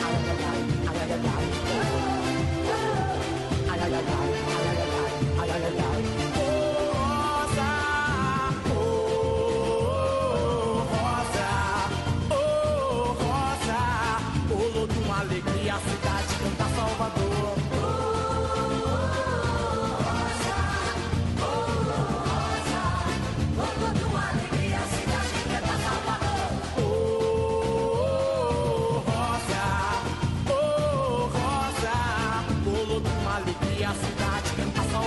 Alegria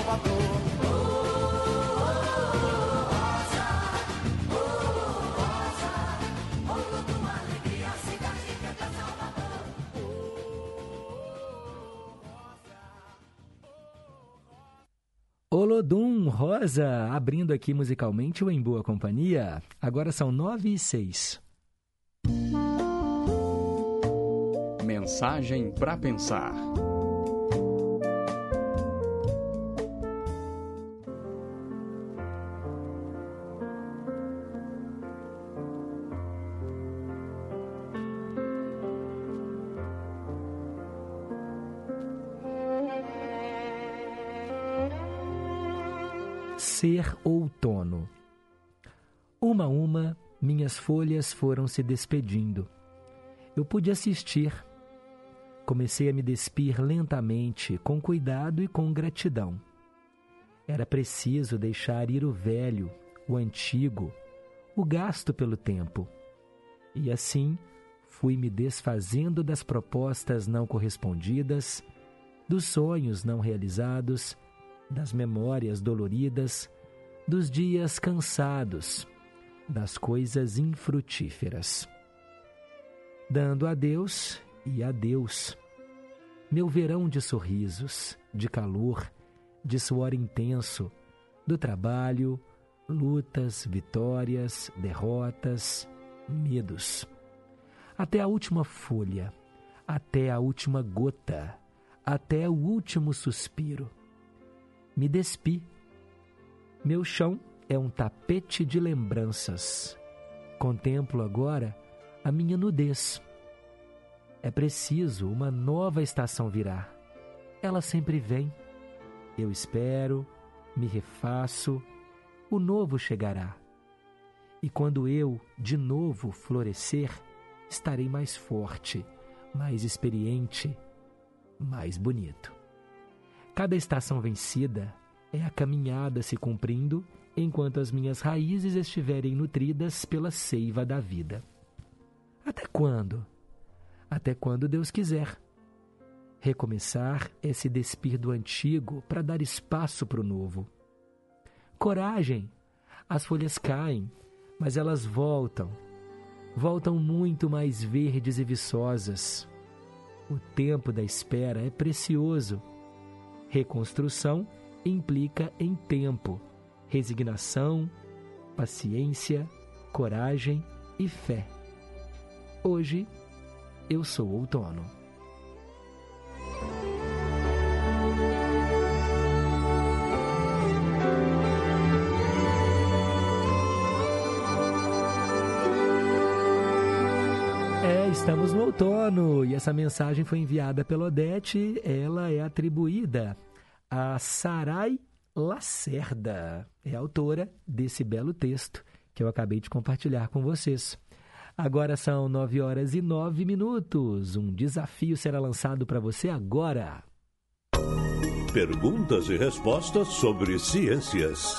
Salvador. Olodum Rosa, abrindo aqui musicalmente o Em Boa Companhia. Agora são 9h06. Mensagem para pensar. Ser outono. Uma a uma, minhas folhas foram se despedindo. Eu pude assistir. Comecei a me despir lentamente, com cuidado e com gratidão. Era preciso deixar ir o velho, o antigo, o gasto pelo tempo. E assim, fui me desfazendo das propostas não correspondidas, dos sonhos não realizados, das memórias doloridas, dos dias cansados, das coisas infrutíferas. Dando adeus e adeus, meu verão de sorrisos, de calor, de suor intenso, do trabalho, lutas, vitórias, derrotas, medos. Até a última folha, até a última gota, até o último suspiro. Me despi. Meu chão é um tapete de lembranças. Contemplo agora a minha nudez. É preciso uma nova estação virá. Ela sempre vem. Eu espero, me refaço, o novo chegará. E quando eu, de novo, florescer, estarei mais forte, mais experiente, mais bonito. Cada estação vencida é a caminhada se cumprindo enquanto as minhas raízes estiverem nutridas pela seiva da vida. Até quando? Até quando Deus quiser. Recomeçar é se despir do antigo para dar espaço para o novo. Coragem! As folhas caem, mas elas voltam. Voltam muito mais verdes e viçosas. O tempo da espera é precioso. Reconstrução implica em tempo, resignação, paciência, coragem e fé. Hoje, eu sou outono. Estamos no outono e essa mensagem foi enviada pela Odete. Ela é atribuída a Sarai Lacerda. É a autora desse belo texto que eu acabei de compartilhar com vocês. Agora são 9h09. Um desafio será lançado para você agora. Perguntas e respostas sobre ciências.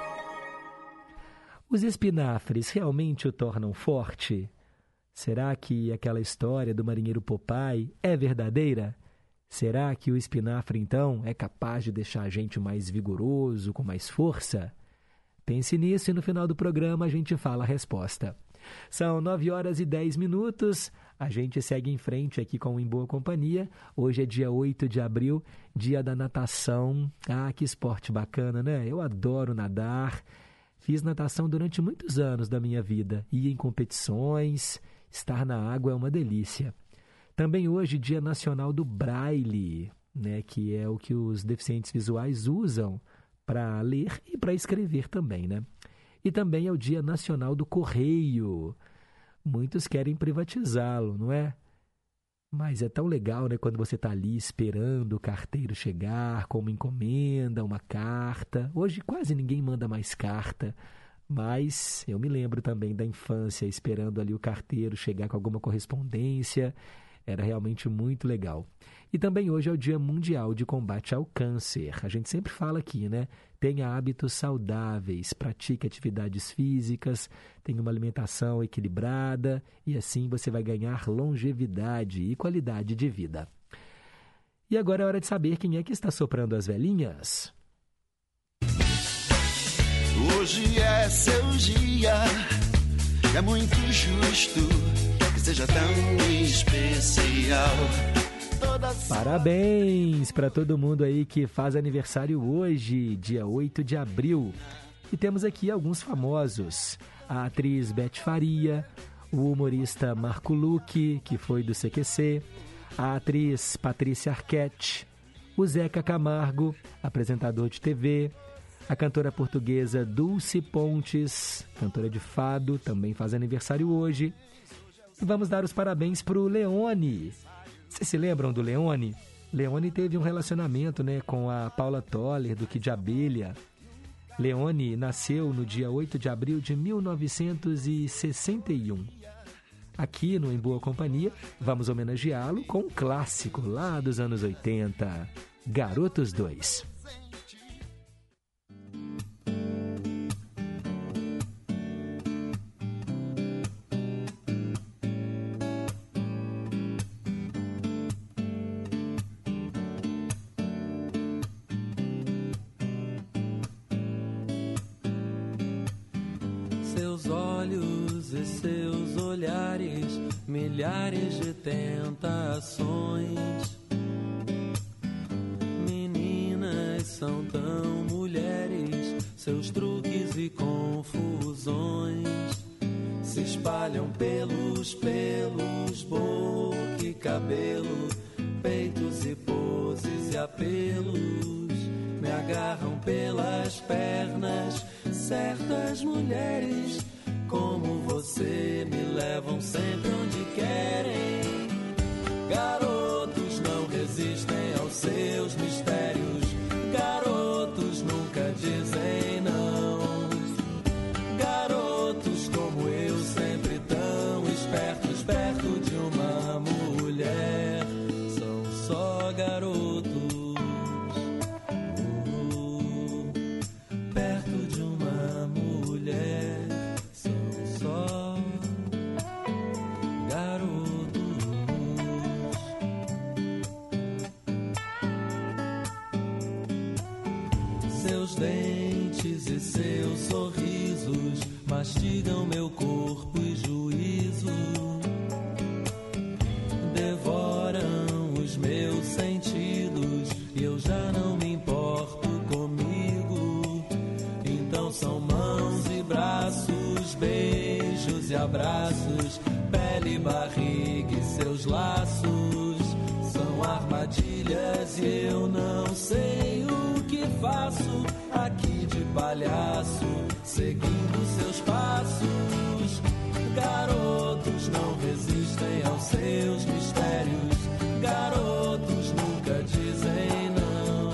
Os espinafres realmente o tornam forte? Será que aquela história do marinheiro Popeye é verdadeira? Será que o espinafre, então, é capaz de deixar a gente mais vigoroso, com mais força? Pense nisso e no final do programa a gente fala a resposta. São 9h10. A gente segue em frente aqui com o Em Boa Companhia. Hoje é dia 8 de abril, dia da natação. Ah, que esporte bacana, né? Eu adoro nadar. Fiz natação durante muitos anos da minha vida. Ia em competições. Estar na água é uma delícia. Também hoje, Dia Nacional do Braille, né, que é o que os deficientes visuais usam para ler e para escrever também, né? E também é o Dia Nacional do Correio. Muitos querem privatizá-lo, não é? Mas é tão legal, né, quando você está ali esperando o carteiro chegar com uma encomenda, uma carta. Hoje quase ninguém manda mais carta. Mas eu me lembro também da infância, esperando ali o carteiro chegar com alguma correspondência. Era realmente muito legal. E também hoje é o Dia Mundial de Combate ao Câncer. A gente sempre fala aqui, né? Tenha hábitos saudáveis, pratique atividades físicas, tenha uma alimentação equilibrada e assim você vai ganhar longevidade e qualidade de vida. E agora é hora de saber quem é que está soprando as velhinhas. Hoje é seu dia, é muito justo que seja tão especial. Parabéns para todo mundo aí que faz aniversário hoje, dia 8 de abril. E temos aqui alguns famosos. A atriz Beth Faria, o humorista Marco Luque, que foi do CQC, a atriz Patrícia Arquette, o Zeca Camargo, apresentador de TV, a cantora portuguesa Dulce Pontes, cantora de fado, também faz aniversário hoje. E vamos dar os parabéns para o Leone. Vocês se lembram do Leone? Leone teve um relacionamento, com a Paula Toller, do Kid de Abelha. Leone nasceu no dia 8 de abril de 1961. Aqui no Em Boa Companhia, vamos homenageá-lo com um clássico lá dos anos 80, Garotos 2. Seus olhos e seus olhares, milhares de tentações. Meninas são tão mulheres, seus truques e confusões se espalham pelos pelos, boca e cabelo, peitos e poses e apelos. Me agarram pelas pernas, certas mulheres como você me levam sempre onde querem. Garotos não resistem aos seus mistérios, garotos nunca dizem não. Garotos como eu, sempre tão espertos, perto de uma mulher, são só garotos. Seus dentes e seus sorrisos mastigam meu corpo e juízo, devoram os meus sentidos e eu já não me importo comigo. Então são mãos e braços, beijos e abraços, pele e barriga e seus laços. São armadilhas e eu não sei o que faço aqui de palhaço, seguindo seus passos. Garotos não resistem aos seus mistérios, garotos nunca dizem não.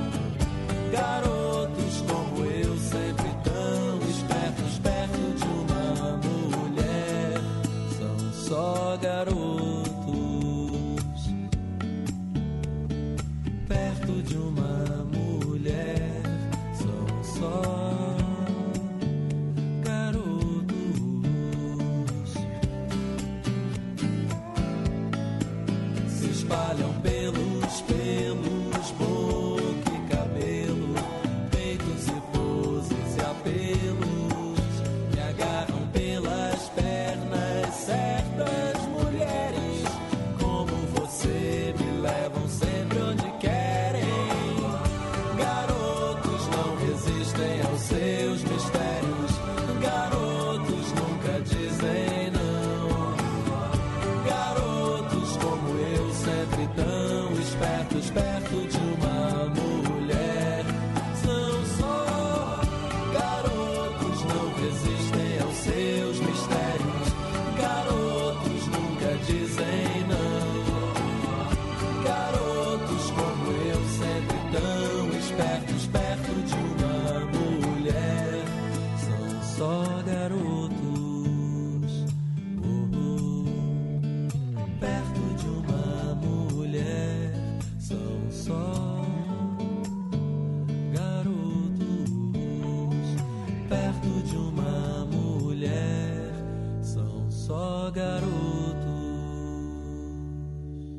Garotos como eu, sempre tão espertos, perto de uma mulher, são só garotos. Perto de uma mulher, são só garotos. Se espalham pelos pelos, boca e cabelo, peitos e poses e apelos. Me agarram pelas pernas, certas mulheres como você me levam sempre onde querem. Garotos não resistem aos seus mistérios, garotos nunca dizem não. Garotos como eu, sempre tão espertos, perto de uma mulher, são só garotos, não resistem aos seus mistérios, garotos nunca dizem não. Garotos como eu, sempre tão espertos, perto de uma mulher, são só garotos. Perto de uma mulher, são só garotos. Perto de uma mulher, são só garotos.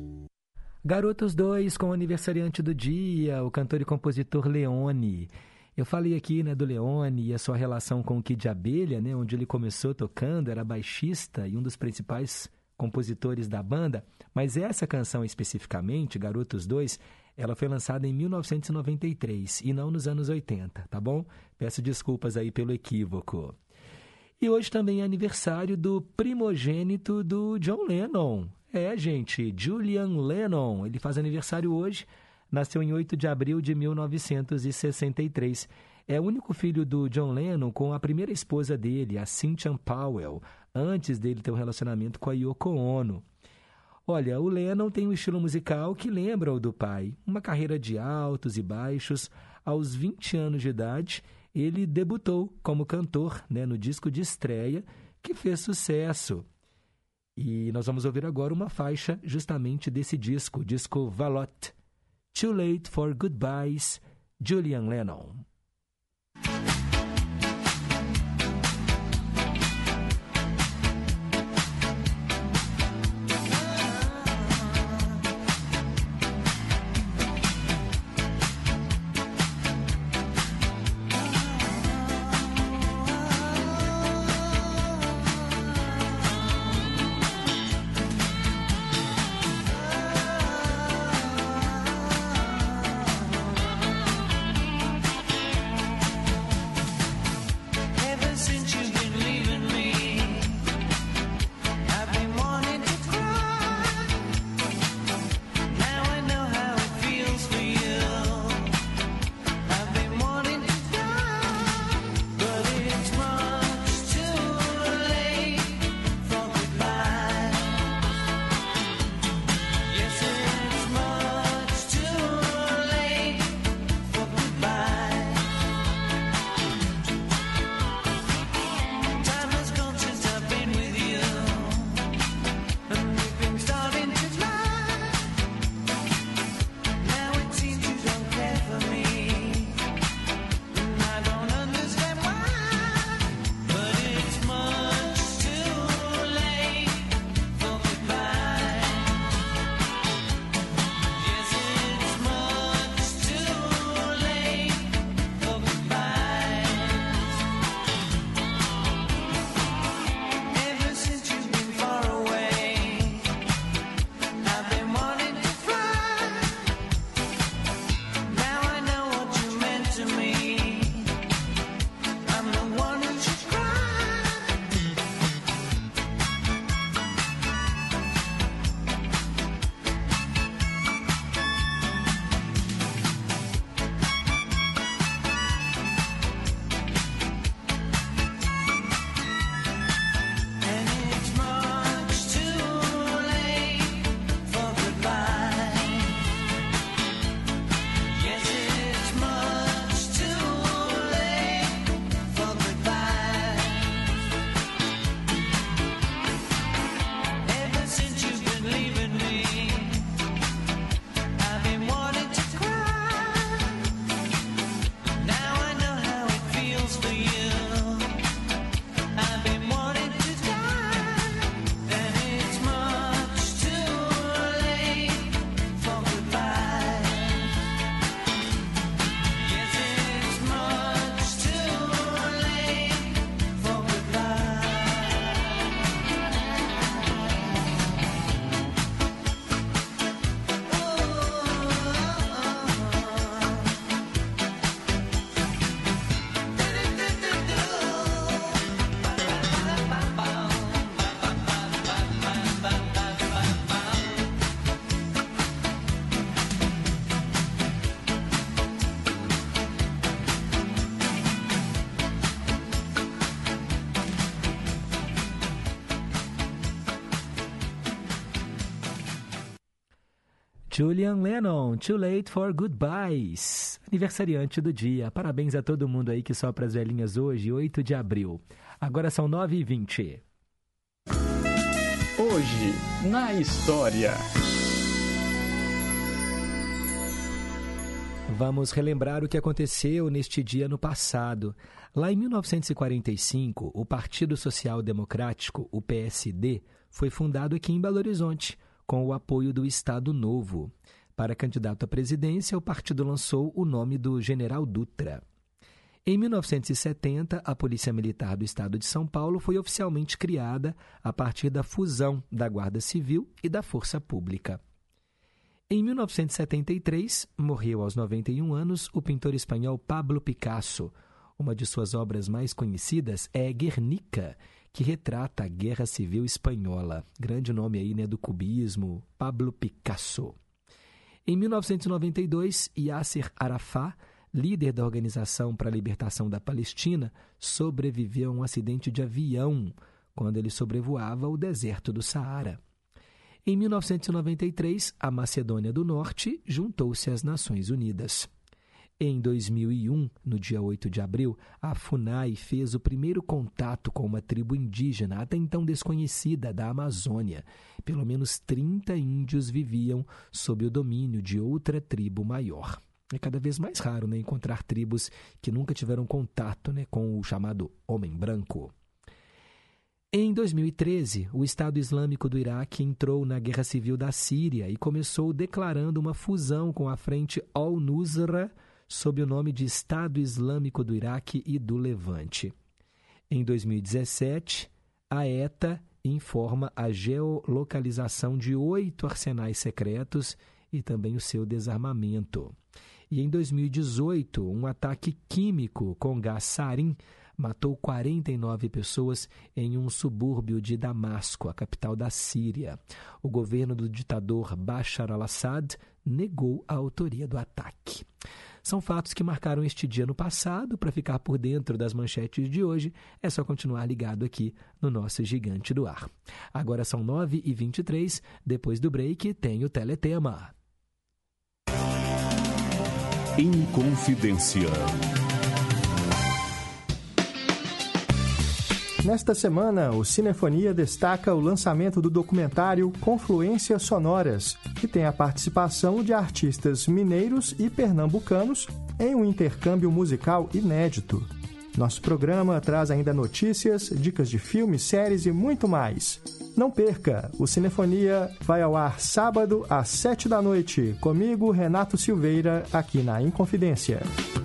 Garotos 2 com o aniversariante do dia, o cantor e compositor Leone. Eu falei aqui, né, do Leone e a sua relação com o Kid Abelha, né, onde ele começou tocando, era baixista e um dos principais compositores da banda, mas essa canção especificamente, Garotos 2, ela foi lançada em 1993 e não nos anos 80, tá bom? Peço desculpas aí pelo equívoco. E hoje também é aniversário do primogênito do John Lennon. Gente, Julian Lennon. Ele faz aniversário hoje, nasceu em 8 de abril de 1963. É o único filho do John Lennon com a primeira esposa dele, a Cynthia Powell, antes dele ter um relacionamento com a Yoko Ono. Olha, o Lennon tem um estilo musical que lembra o do pai. Uma carreira de altos e baixos. Aos 20 anos de idade, ele debutou como cantor, né, no disco de estreia, que fez sucesso. E nós vamos ouvir agora uma faixa justamente desse disco, o disco Valot. Too Late for Goodbyes, Julian Lennon. Julian Lennon, Too Late for Goodbyes, aniversariante do dia. Parabéns a todo mundo aí que sopra as velhinhas hoje, 8 de abril. Agora são 9h20. Hoje, na história. Vamos relembrar o que aconteceu neste dia no passado. Lá em 1945, o Partido Social Democrático, o PSD, foi fundado aqui em Belo Horizonte, com o apoio do Estado Novo. Para candidato à presidência, o partido lançou o nome do General Dutra. Em 1970, a Polícia Militar do Estado de São Paulo foi oficialmente criada a partir da fusão da Guarda Civil e da Força Pública. Em 1973, morreu aos 91 anos o pintor espanhol Pablo Picasso. Uma de suas obras mais conhecidas é Guernica, que retrata a Guerra Civil Espanhola. Grande nome aí, né, do cubismo, Pablo Picasso. Em 1992, Yasser Arafat, líder da Organização para a Libertação da Palestina, sobreviveu a um acidente de avião quando ele sobrevoava o deserto do Saara. Em 1993, a Macedônia do Norte juntou-se às Nações Unidas. Em 2001, no dia 8 de abril, a FUNAI fez o primeiro contato com uma tribo indígena, até então desconhecida, da Amazônia. Pelo menos 30 índios viviam sob o domínio de outra tribo maior. É cada vez mais raro, né, encontrar tribos que nunca tiveram contato, né, com o chamado homem branco. Em 2013, o Estado Islâmico do Iraque entrou na Guerra Civil da Síria e começou declarando uma fusão com a Frente Al-Nusra, sob o nome de Estado Islâmico do Iraque e do Levante. Em 2017, a ETA informa a geolocalização de 8 arsenais secretos e também o seu desarmamento. E em 2018, um ataque químico com gás sarin matou 49 pessoas em um subúrbio de Damasco, a capital da Síria. O governo do ditador Bashar al-Assad negou a autoria do ataque. São fatos que marcaram este dia no passado. Para ficar por dentro das manchetes de hoje, é só continuar ligado aqui no nosso Gigante do Ar. Agora são 9h23, depois do break tem o Teletema. Inconfidência. Nesta semana, o Cinefonia destaca o lançamento do documentário Confluências Sonoras, que tem a participação de artistas mineiros e pernambucanos em um intercâmbio musical inédito. Nosso programa traz ainda notícias, dicas de filmes, séries e muito mais. Não perca, o Cinefonia vai ao ar sábado às 19h, comigo, Renato Silveira, aqui na Inconfidência.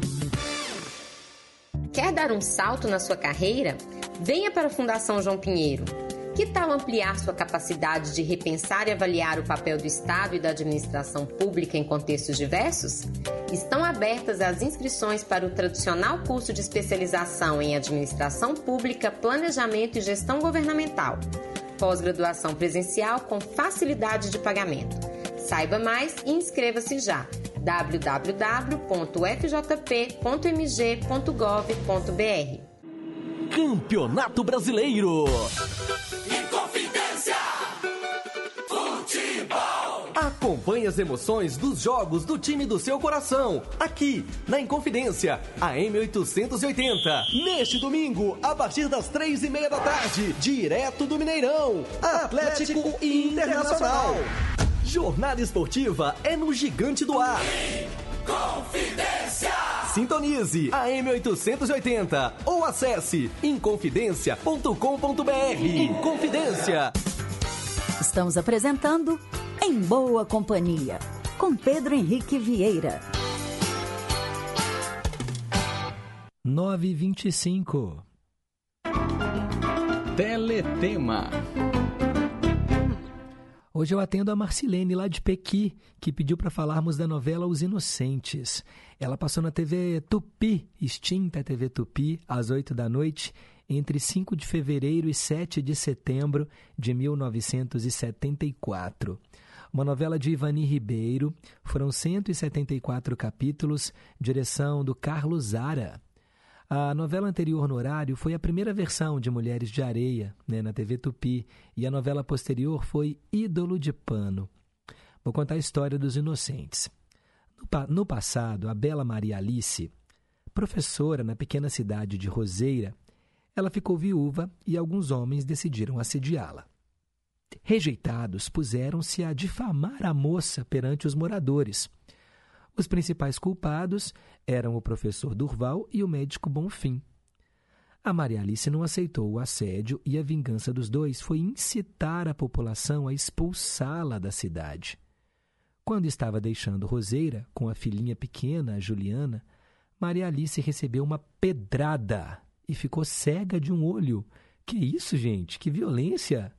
Quer dar um salto na sua carreira? Venha para a Fundação João Pinheiro. Que tal ampliar sua capacidade de repensar e avaliar o papel do Estado e da administração pública em contextos diversos? Estão abertas as inscrições para o tradicional curso de especialização em Administração Pública, Planejamento e Gestão Governamental. Pós-graduação presencial com facilidade de pagamento. Saiba mais e inscreva-se já. www.fjp.mg.gov.br. Campeonato Brasileiro. Inconfidência. Futebol. Acompanhe as emoções dos jogos do time do seu coração, aqui na Inconfidência, AM 880. Neste domingo, a partir das 3h30 da tarde, direto do Mineirão, Atlético e Internacional. Jornada esportiva é no Gigante do Ar. Inconfidência. Sintonize AM 880 ou acesse inconfidencia.com.br. Inconfidência. Estamos apresentando Em Boa Companhia, com Pedro Henrique Vieira. 9h25. Teletema. Hoje eu atendo a Marcilene, lá de Pequi, que pediu para falarmos da novela Os Inocentes. Ela passou na TV Tupi, extinta TV Tupi, às 20h, entre 5 de fevereiro e 7 de setembro de 1974. Uma novela de Ivani Ribeiro, foram 174 capítulos, direção do Carlos Zara. A novela anterior no horário foi a primeira versão de Mulheres de Areia, né, na TV Tupi, e a novela posterior foi Ídolo de Pano. Vou contar a história dos Inocentes. No passado, a bela Maria Alice, professora na pequena cidade de Roseira, ela ficou viúva e alguns homens decidiram assediá-la. Rejeitados, puseram-se a difamar a moça perante os moradores. Os principais culpados eram o professor Durval e o médico Bonfim. A Maria Alice não aceitou o assédio e a vingança dos dois foi incitar a população a expulsá-la da cidade. Quando estava deixando Roseira, com a filhinha pequena, a Juliana, Maria Alice recebeu uma pedrada e ficou cega de um olho. Que isso, gente? Que violência!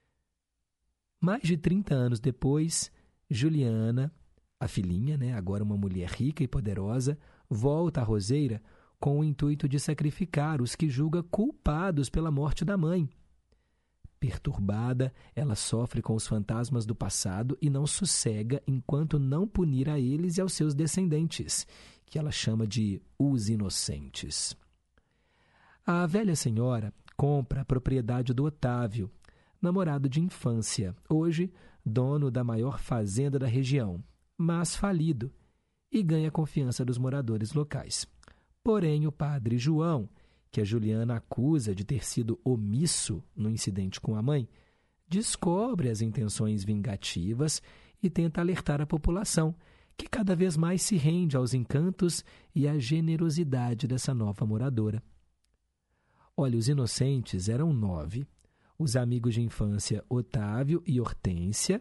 Mais de 30 anos depois, Juliana, a filhinha, né, agora uma mulher rica e poderosa, volta à Roseira com o intuito de sacrificar os que julga culpados pela morte da mãe. Perturbada, ela sofre com os fantasmas do passado e não sossega enquanto não punir a eles e aos seus descendentes, que ela chama de os inocentes. A velha senhora compra a propriedade do Otávio, namorado de infância, hoje dono da maior fazenda da região, mas falido, e ganha a confiança dos moradores locais. Porém, o padre João, que a Juliana acusa de ter sido omisso no incidente com a mãe, descobre as intenções vingativas e tenta alertar a população, que cada vez mais se rende aos encantos e à generosidade dessa nova moradora. Olha, os inocentes eram 9, os amigos de infância Otávio e Hortência,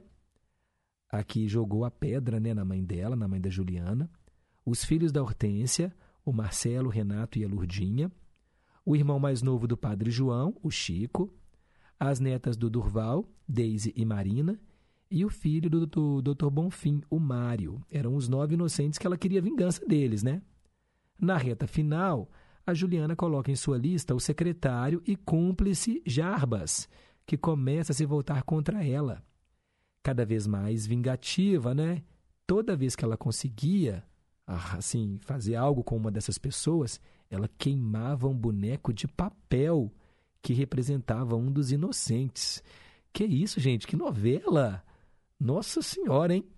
a que jogou a pedra, né, na mãe dela, na mãe da Juliana, os filhos da Hortência, o Marcelo, o Renato e a Lurdinha, o irmão mais novo do padre João, o Chico, as netas do Durval, Deise e Marina, e o filho do Dr. Bonfim, o Mário. Eram os 9 inocentes que ela queria vingança deles, né? Na reta final, a Juliana coloca em sua lista o secretário e cúmplice Jarbas, que começa a se voltar contra ela. Cada vez mais vingativa, né? Toda vez que ela conseguia, assim, fazer algo com uma dessas pessoas, ela queimava um boneco de papel que representava um dos inocentes. Que isso, gente? Que novela! Nossa Senhora, hein?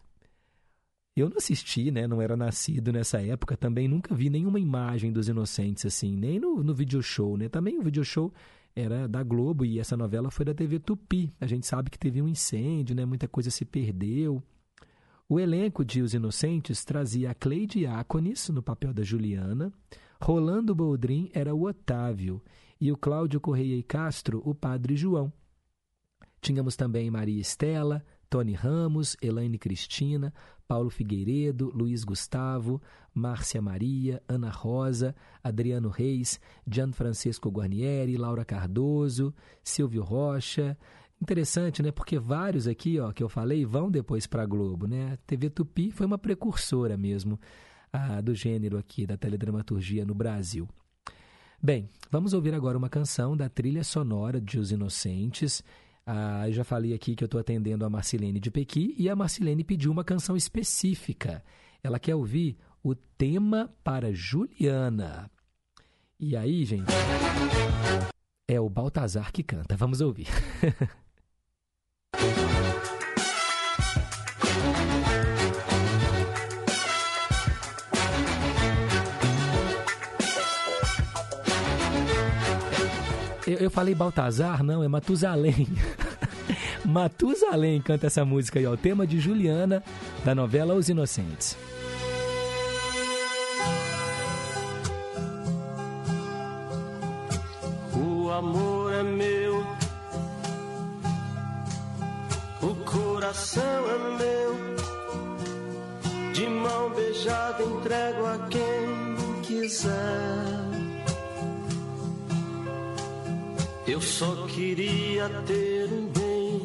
Eu não assisti, né? Não era nascido nessa época, também nunca vi nenhuma imagem dos inocentes, assim, nem no video show, né? Também o video show era da Globo e essa novela foi da TV Tupi. A gente sabe que teve um incêndio, né? Muita coisa se perdeu. O elenco de Os Inocentes trazia a Cleide Ácones no papel da Juliana, Rolando Boldrin era o Otávio e o Cláudio Correia e Castro, o padre João. Tínhamos também Maria Estela, Tony Ramos, Elaine Cristina, Paulo Figueiredo, Luiz Gustavo, Márcia Maria, Ana Rosa, Adriano Reis, Gianfrancesco Guarnieri, Laura Cardoso, Silvio Rocha. Interessante, né? Porque vários aqui, ó, que eu falei, vão depois para a Globo, né? A TV Tupi foi uma precursora mesmo do gênero aqui, da teledramaturgia no Brasil. Bem, vamos ouvir agora uma canção da trilha sonora de Os Inocentes. Eu já falei aqui que eu estou atendendo a Marcilene de Pequi e a Marcilene pediu uma canção específica. Ela quer ouvir o tema para Juliana. E aí, gente, é o Baltazar que canta. Vamos ouvir. Eu falei Baltazar, não, é Matusalém. Matusalém canta essa música aí, ó, o tema de Juliana, da novela Os Inocentes. O amor é meu, o coração é meu, de mão beijada entrego a quem quiser. Eu só queria ter um bem,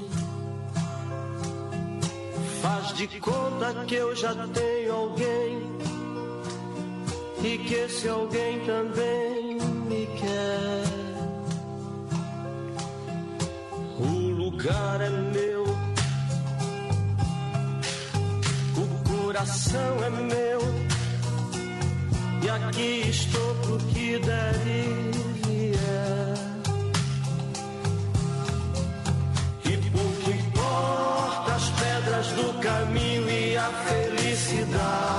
faz de conta que eu já tenho alguém e que esse alguém também me quer. O lugar é meu, o coração é meu, e aqui estou pro que der e vier. Do caminho e a felicidade.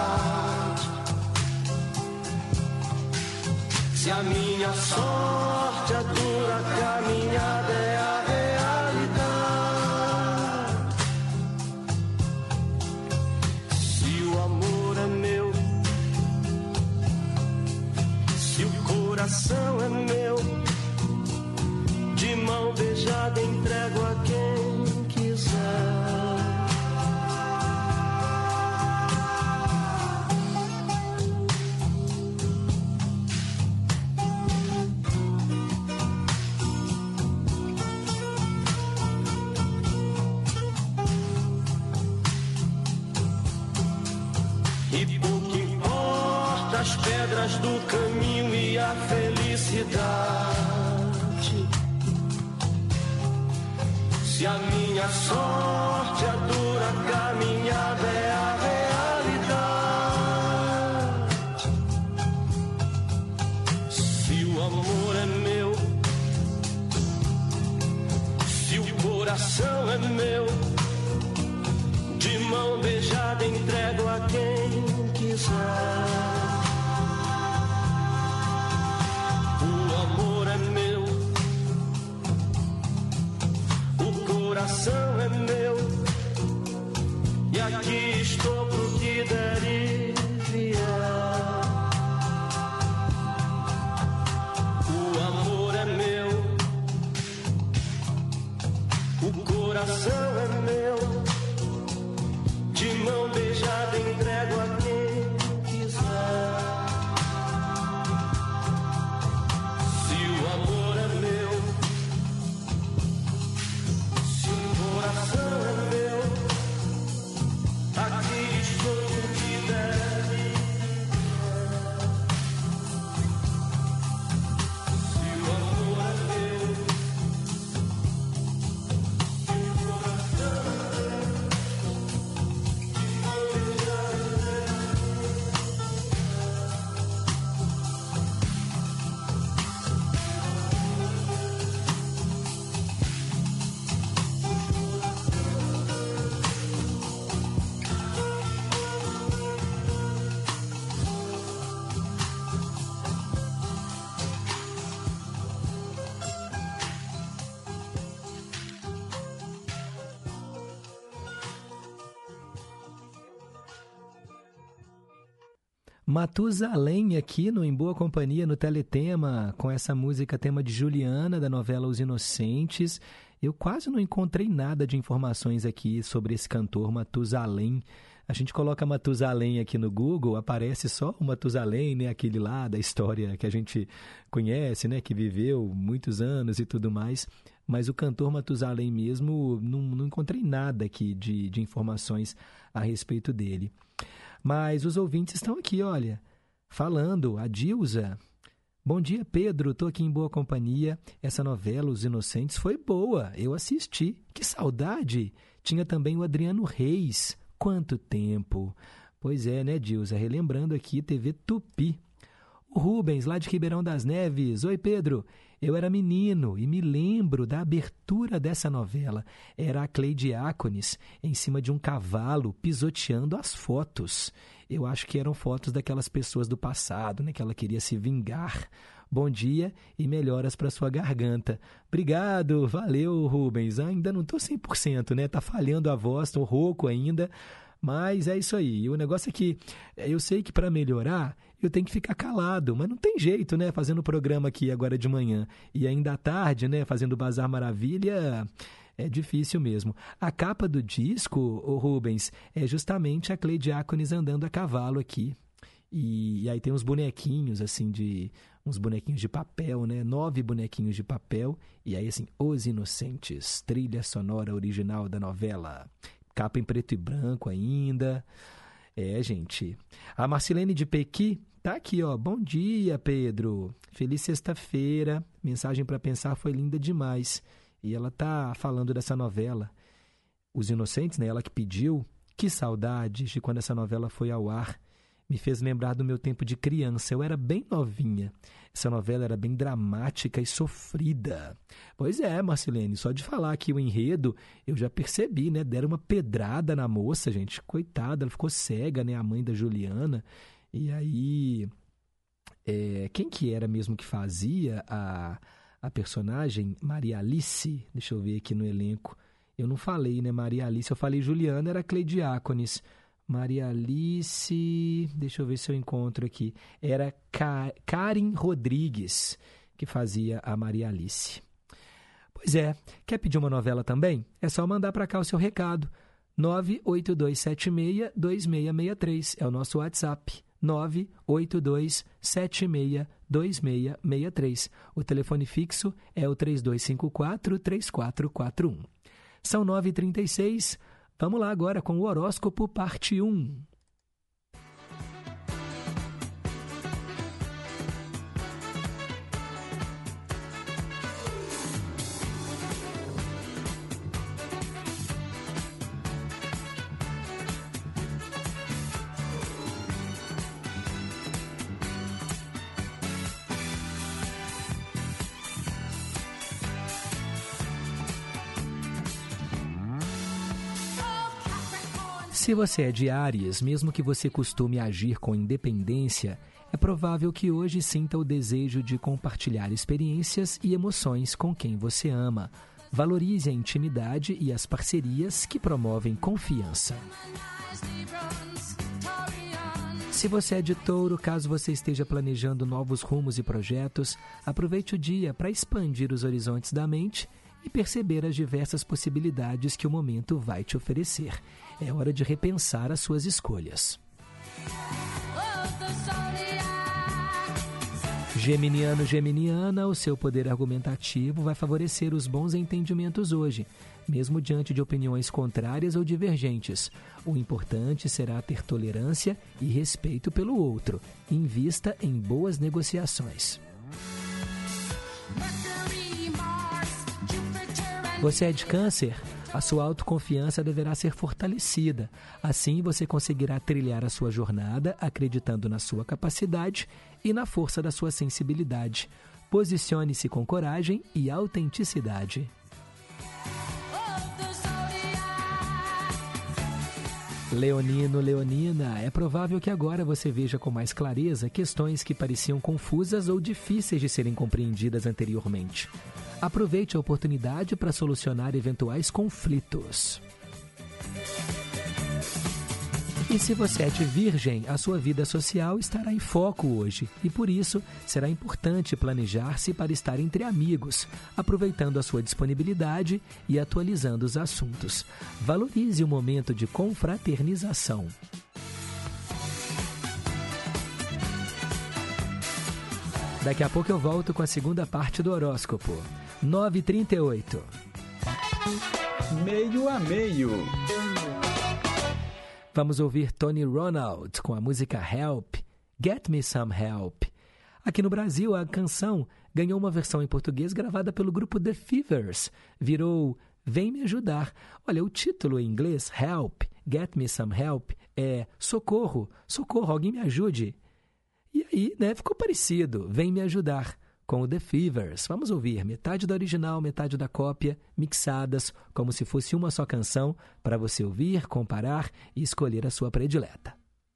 Se a minha sorte, a dura caminhada é a realidade. Se o amor é meu, se o coração é meu, de mão beijada entrego a quem quiser. horas do caminho e a felicidade. Se a minha sorte, a dura caminhada é a realidade. Se o amor é meu, se o coração é meu, de mão beijada entrego a quem quiser. O amor é meu, o coração é meu, e aqui estou pro que der e vier. O amor é meu, o coração é meu, de mão beijada entrego a quem quiser. Se o amor é meu, se o coração é meu, aqui estou o que der. Se o amor é meu, se o coração é meu, Matusalém aqui no Em Boa Companhia, no Teletema, com essa música tema de Juliana, da novela Os Inocentes. Eu quase não encontrei nada de informações aqui sobre esse cantor Matusalém. A gente coloca Matusalém aqui no Google, aparece só o Matusalém, né? Aquele lá da história que a gente conhece, né? Que viveu muitos anos e tudo mais. Mas o cantor Matusalém mesmo, não encontrei nada aqui de informações a respeito dele. Mas os ouvintes estão aqui, olha, falando. A Dilza: bom dia, Pedro, estou aqui em boa companhia. Essa novela, Os Inocentes, foi boa, eu assisti. Que saudade! Tinha também o Adriano Reis. Quanto tempo! Pois é, né, Dilza? Relembrando aqui, TV Tupi. O Rubens, lá de Ribeirão das Neves. Oi, Pedro. Eu era menino e me lembro da abertura dessa novela. Era a Cleide Ácones em cima de um cavalo pisoteando as fotos. Eu acho que eram fotos daquelas pessoas do passado, né? Que ela queria se vingar. Bom dia e melhoras para sua garganta. Obrigado, valeu, Rubens. Ainda não estou 100%, né? Tá falhando a voz, estou rouco ainda. Mas é isso aí. O negócio é que eu sei que para melhorar eu tenho que ficar calado, mas não tem jeito, né? Fazendo o programa aqui agora de manhã e ainda à tarde, né? Fazendo o Bazar Maravilha, é difícil mesmo. A capa do disco, o Rubens, é justamente a Cleide Ácones andando a cavalo aqui. E aí tem uns bonequinhos, assim, uns bonequinhos de papel, né? 9 bonequinhos de papel. E aí, assim, Os Inocentes, trilha sonora original da novela. Capa em preto e branco ainda. É, gente. A Marcilene de Pequi tá aqui, ó. Bom dia, Pedro. Feliz sexta-feira. Mensagem para pensar foi linda demais. E ela tá falando dessa novela, Os Inocentes, né? Ela que pediu. Que saudades de quando essa novela foi ao ar. Me fez lembrar do meu tempo de criança. Eu era bem novinha. Essa novela era bem dramática e sofrida. Pois é, Marcilene, só de falar aqui o enredo, eu já percebi, né? Deram uma pedrada na moça, gente. Coitada, ela ficou cega, né? A mãe da Juliana. E aí, quem que era mesmo que fazia a personagem? Maria Alice. Deixa eu ver aqui no elenco. Eu não falei, né? Maria Alice. Eu falei Juliana, era Cleide Ácones. Maria Alice, deixa eu ver se eu encontro aqui. Era Karen Rodrigues que fazia a Maria Alice. Pois é, quer pedir uma novela também? É só mandar para cá o seu recado. 98276-2663 é o nosso WhatsApp. 98276-2663. O telefone fixo é o 3254-3441. São 9h36. Vamos lá agora com o horóscopo parte 1. Se você é de Áries, mesmo que você costume agir com independência, é provável que hoje sinta o desejo de compartilhar experiências e emoções com quem você ama. Valorize a intimidade e as parcerias que promovem confiança. Se você é de Touro, caso você esteja planejando novos rumos e projetos, aproveite o dia para expandir os horizontes da mente e perceber as diversas possibilidades que o momento vai te oferecer. É hora de repensar as suas escolhas. Geminiano, geminiana, o seu poder argumentativo vai favorecer os bons entendimentos hoje, mesmo diante de opiniões contrárias ou divergentes. O importante será ter tolerância e respeito pelo outro. Invista em boas negociações. Você é de Câncer? A sua autoconfiança deverá ser fortalecida. Assim, você conseguirá trilhar a sua jornada acreditando na sua capacidade e na força da sua sensibilidade. Posicione-se com coragem e autenticidade. Leonino, leonina, é provável que agora você veja com mais clareza questões que pareciam confusas ou difíceis de serem compreendidas anteriormente. Aproveite a oportunidade para solucionar eventuais conflitos. E se você é de Virgem, a sua vida social estará em foco hoje e, por isso, será importante planejar-se para estar entre amigos, aproveitando a sua disponibilidade e atualizando os assuntos. Valorize o momento de confraternização. Daqui a pouco eu volto com a segunda parte do horóscopo. 9h38. Meio a meio. Vamos ouvir Tony Ronald com a música Help, Get Me Some Help. Aqui no Brasil, a canção ganhou uma versão em português gravada pelo grupo The Fevers. Virou Vem Me Ajudar. Olha, o título em inglês, Help, Get Me Some Help, é socorro, socorro, alguém me ajude. E aí, né, ficou parecido, Vem Me Ajudar, com o The Fevers. Vamos ouvir metade da original, metade da cópia, mixadas, como se fosse uma só canção, para você ouvir, comparar e escolher a sua predileta.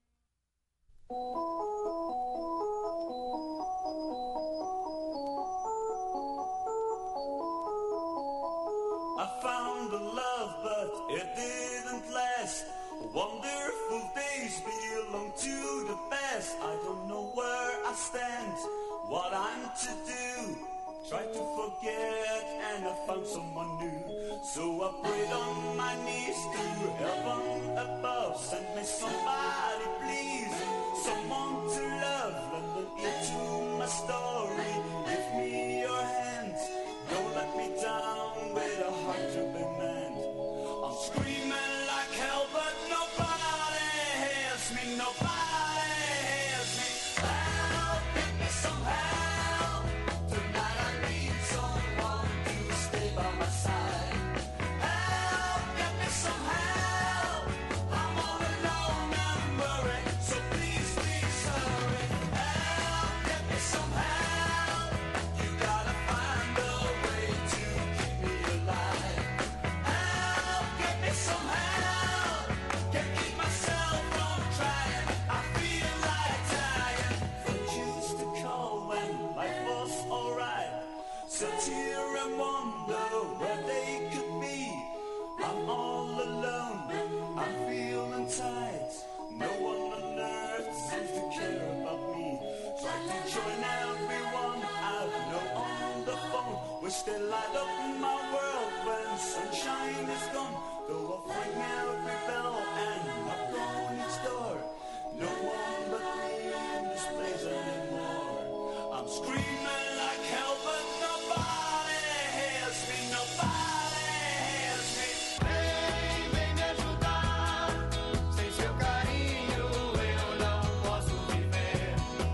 I found the love, but it didn't last. Wonderful days belong to the past. I don't know where I stand, what I'm to do. Try to forget and I found someone new. So I prayed on my knees to heaven above. Send me somebody please, someone to love. Lend an ear to my story. Give me your hand, don't let me down with a heart to be manned. I'm screaming like hell, but nobody hears me, nobody hears me. Help, give me some help. Tonight I need someone to stay by my side. Help, give me some help. I'm all alone and worried, so please, please hurry. Help, give me some help. You gotta find a way to keep me alive. Help, give me some help. Can't keep myself from trying. I feel like dying. Friends used to call when life was alright. Sit here and wonder where they could be. I'm all alone, I'm feeling tight. No one on earth seems to care about me. Try to join everyone I know on the phone. Wish they light up my world when sunshine is gone. Though I ring every bell and knock on each door, no one but me in this place anymore. I'm screaming like hell, but nobody hears me, nobody hears me. Vem, vem me ajudar. Sem seu carinho eu não posso viver.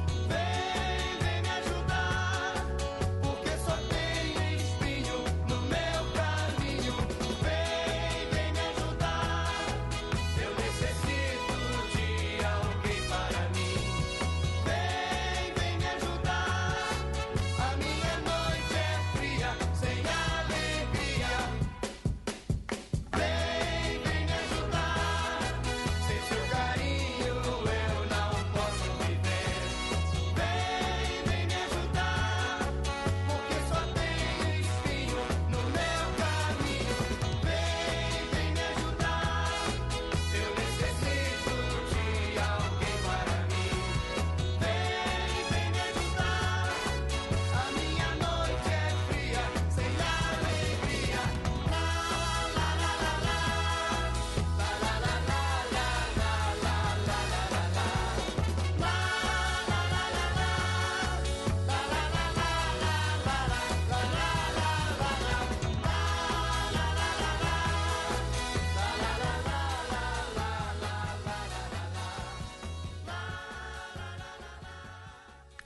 Vem, vem me ajudar. Porque só tem espinho no meu caminho. Vem, vem me ajudar. Eu necessito de alguém para mim. Vem, vem me ajudar.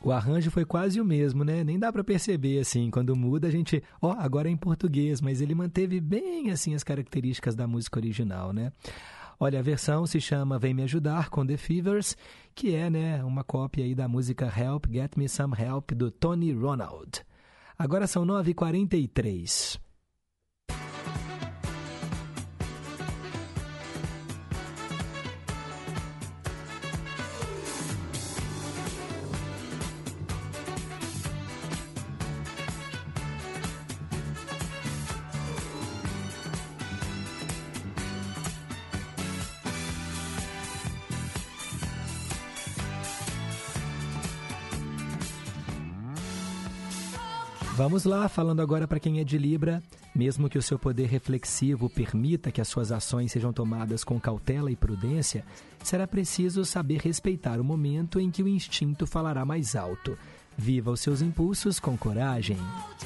O arranjo foi quase o mesmo, né? Nem dá para perceber, assim, quando muda a gente... agora é em português, mas ele manteve bem, assim, as características da música original, né? Olha, a versão se chama Vem Me Ajudar, com The Fevers, que é, né, uma cópia aí da música Help, Get Me Some Help, do Tony Ronald. Agora são 9h43. Vamos lá, falando agora para quem é de Libra, mesmo que o seu poder reflexivo permita que as suas ações sejam tomadas com cautela e prudência, será preciso saber respeitar o momento em que o instinto falará mais alto. Viva os seus impulsos com coragem.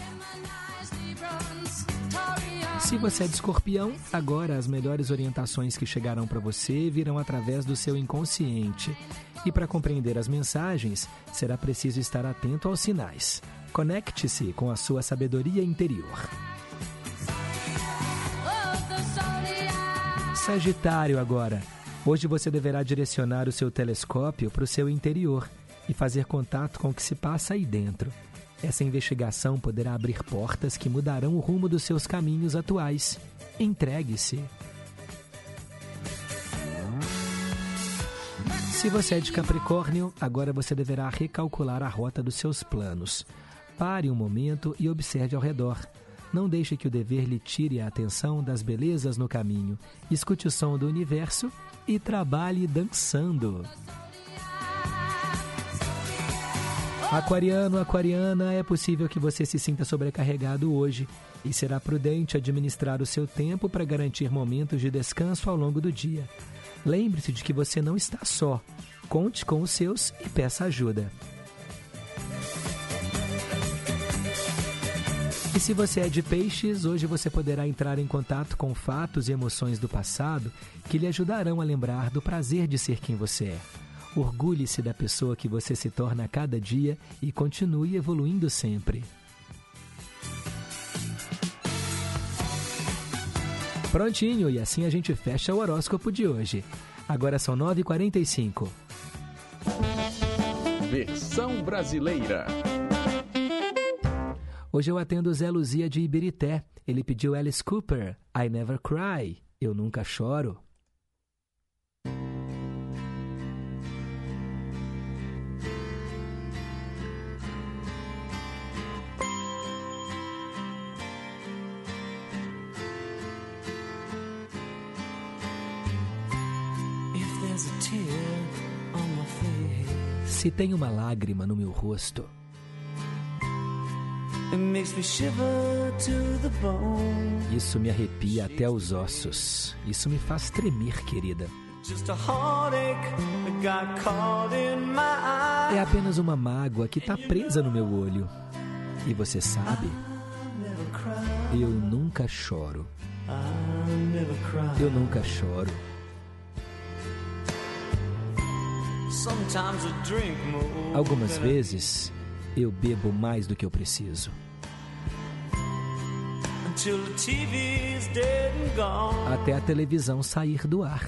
Se você é de Escorpião, agora as melhores orientações que chegarão para você virão através do seu inconsciente. E para compreender as mensagens, será preciso estar atento aos sinais. Conecte-se com a sua sabedoria interior. Sagitário agora. Hoje você deverá direcionar o seu telescópio para o seu interior e fazer contato com o que se passa aí dentro. Essa investigação poderá abrir portas que mudarão o rumo dos seus caminhos atuais. Entregue-se. Se você é de Capricórnio, agora você deverá recalcular a rota dos seus planos. Pare um momento e observe ao redor. Não deixe que o dever lhe tire a atenção das belezas no caminho. Escute o som do universo e trabalhe dançando. Aquariano, aquariana, é possível que você se sinta sobrecarregado hoje e será prudente administrar o seu tempo para garantir momentos de descanso ao longo do dia. Lembre-se de que você não está só. Conte com os seus e peça ajuda. E se você é de Peixes, hoje você poderá entrar em contato com fatos e emoções do passado que lhe ajudarão a lembrar do prazer de ser quem você é. Orgulhe-se da pessoa que você se torna a cada dia e continue evoluindo sempre. Prontinho, e assim a gente fecha o horóscopo de hoje. Agora são 9h45. Versão brasileira. Hoje eu atendo o Zé Luzia de Ibirité. Ele pediu Alice Cooper, I Never Cry, Eu Nunca Choro. Se tem uma lágrima no meu rosto, isso me arrepia até os ossos. Isso me faz tremer, querida. É apenas uma mágoa que está presa no meu olho. E você sabe, eu nunca choro. Eu nunca choro. Algumas vezes eu bebo mais do que eu preciso. Até a televisão sair do ar.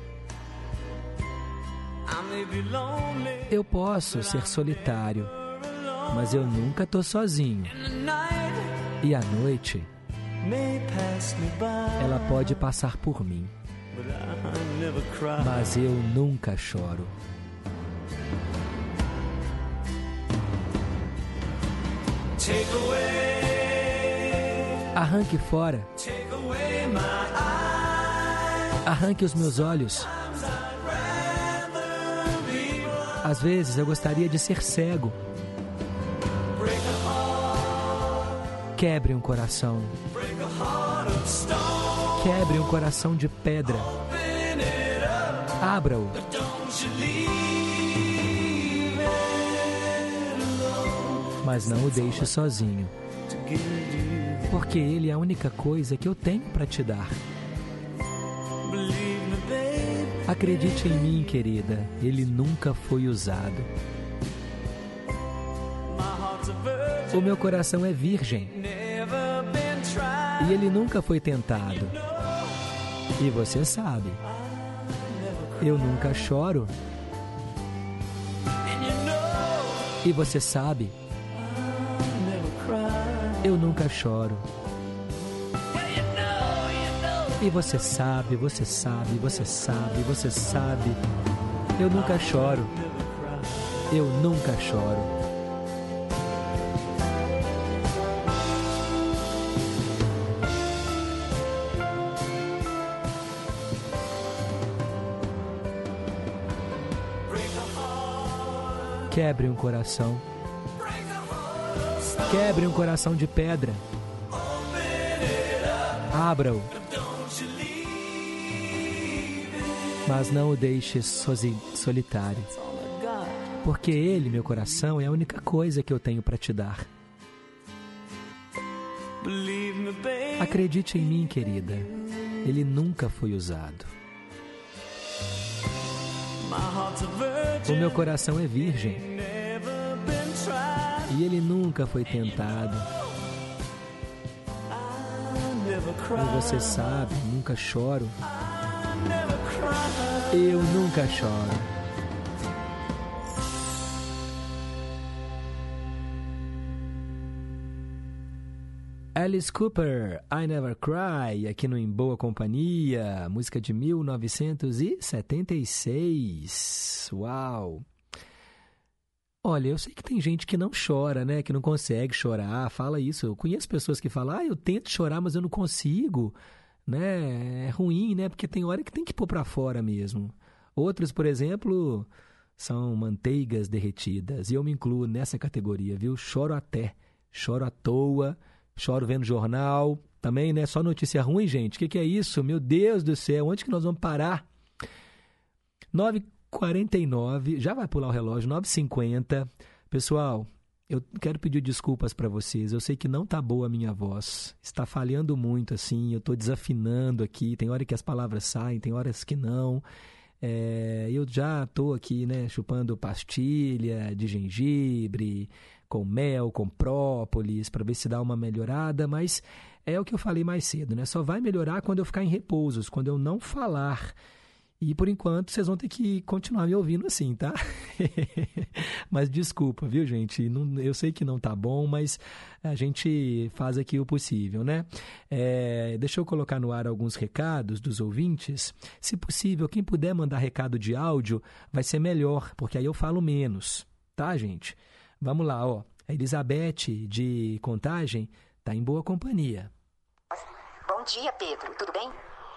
Eu posso ser solitário, mas eu nunca tô sozinho. E à noite, ela pode passar por mim, mas eu nunca choro. Arranque fora. Arranque os meus olhos. Às vezes eu gostaria de ser cego. Quebre um coração. Quebre um coração de pedra. Abra-o. Mas não o deixe sozinho, porque ele é a única coisa que eu tenho para te dar. Acredite em mim, querida, ele nunca foi usado. O meu coração é virgem e ele nunca foi tentado. E você sabe, eu nunca choro. E você sabe, eu nunca choro. E você sabe, você sabe, você sabe, você sabe, eu nunca choro. Eu nunca choro. Quebre um coração. Quebre um coração de pedra. Abra-o. Mas não o deixe solitário. Porque ele, meu coração, é a única coisa que eu tenho para te dar. Acredite em mim, querida. Ele nunca foi usado. O meu coração é virgem e ele nunca foi tentado. E você sabe, nunca choro. Eu nunca choro. Alice Cooper, I Never Cry, aqui no Em Boa Companhia, música de 1976. Uau! Olha, eu sei que tem gente que não chora, né? Que não consegue chorar, fala isso. Eu conheço pessoas que falam, eu tento chorar, mas eu não consigo, né? É ruim, né? Porque tem hora que tem que pôr pra fora mesmo. Outros, por exemplo, são manteigas derretidas, e eu me incluo nessa categoria, viu? Choro até, choro à toa. Choro vendo jornal, também, né? Só notícia ruim, gente. O que é isso? Meu Deus do céu, onde que nós vamos parar? 9h49, já vai pular o relógio, 9h50. Pessoal, eu quero pedir desculpas para vocês. Eu sei que não tá boa a minha voz. Está falhando muito, assim. Eu tô desafinando aqui. Tem hora que as palavras saem, tem horas que não. Eu já tô aqui, né? Chupando pastilha de gengibre, com mel, com própolis, para ver se dá uma melhorada, mas é o que eu falei mais cedo, né? Só vai melhorar quando eu ficar em repousos, quando eu não falar. E, por enquanto, vocês vão ter que continuar me ouvindo assim, tá? Mas desculpa, viu, gente? Eu sei que não tá bom, mas a gente faz aqui o possível, né? Deixa eu colocar no ar alguns recados dos ouvintes. Se possível, quem puder mandar recado de áudio, vai ser melhor, porque aí eu falo menos, tá, gente? Vamos lá, ó. A Elizabeth, de Contagem, tá em boa companhia. Bom dia, Pedro. Tudo bem?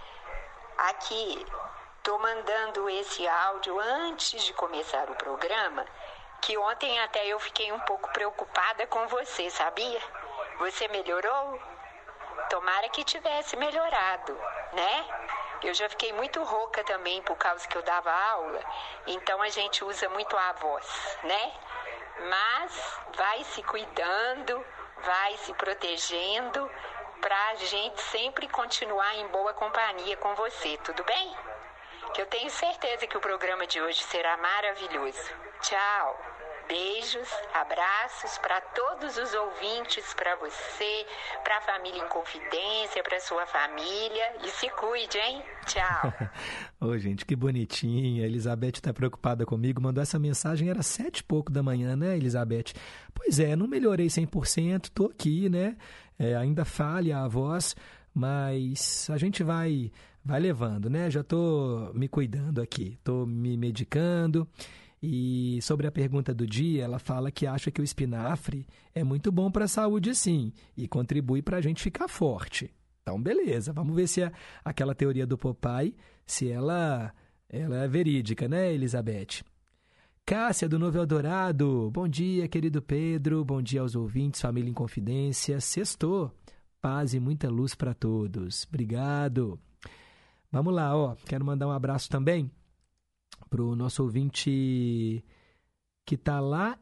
Aqui, tô mandando esse áudio antes de começar o programa, que ontem até eu fiquei um pouco preocupada com você, sabia? Você melhorou? Tomara que tivesse melhorado, né? Eu já fiquei muito rouca também por causa que eu dava aula, então a gente usa muito a voz, né? Mas vai se cuidando, vai se protegendo pra gente sempre continuar em boa companhia com você, tudo bem? Que eu tenho certeza que o programa de hoje será maravilhoso. Tchau, beijos, abraços para todos os ouvintes, para você, para a família em confidência, para sua família, e se cuide, hein? Tchau. Ô, gente, que bonitinha. A Elizabeth está preocupada comigo. Mandou essa mensagem, era 7 e pouco da manhã, né, Elizabeth? Pois é, não melhorei 100%, tô aqui, né? Ainda falha a voz, mas a gente vai levando, né? Já tô me cuidando aqui, tô me medicando. E sobre a pergunta do dia, ela fala que acha que o espinafre é muito bom para a saúde, sim, e contribui para a gente ficar forte. Então, beleza, vamos ver se aquela teoria do Popeye, se ela é verídica, né, Elizabeth? Cássia, do Novo Eldorado, bom dia, querido Pedro, bom dia aos ouvintes, família em confidência, sextou, paz e muita luz para todos, obrigado. Vamos lá, ó, quero mandar um abraço também para o nosso ouvinte que está lá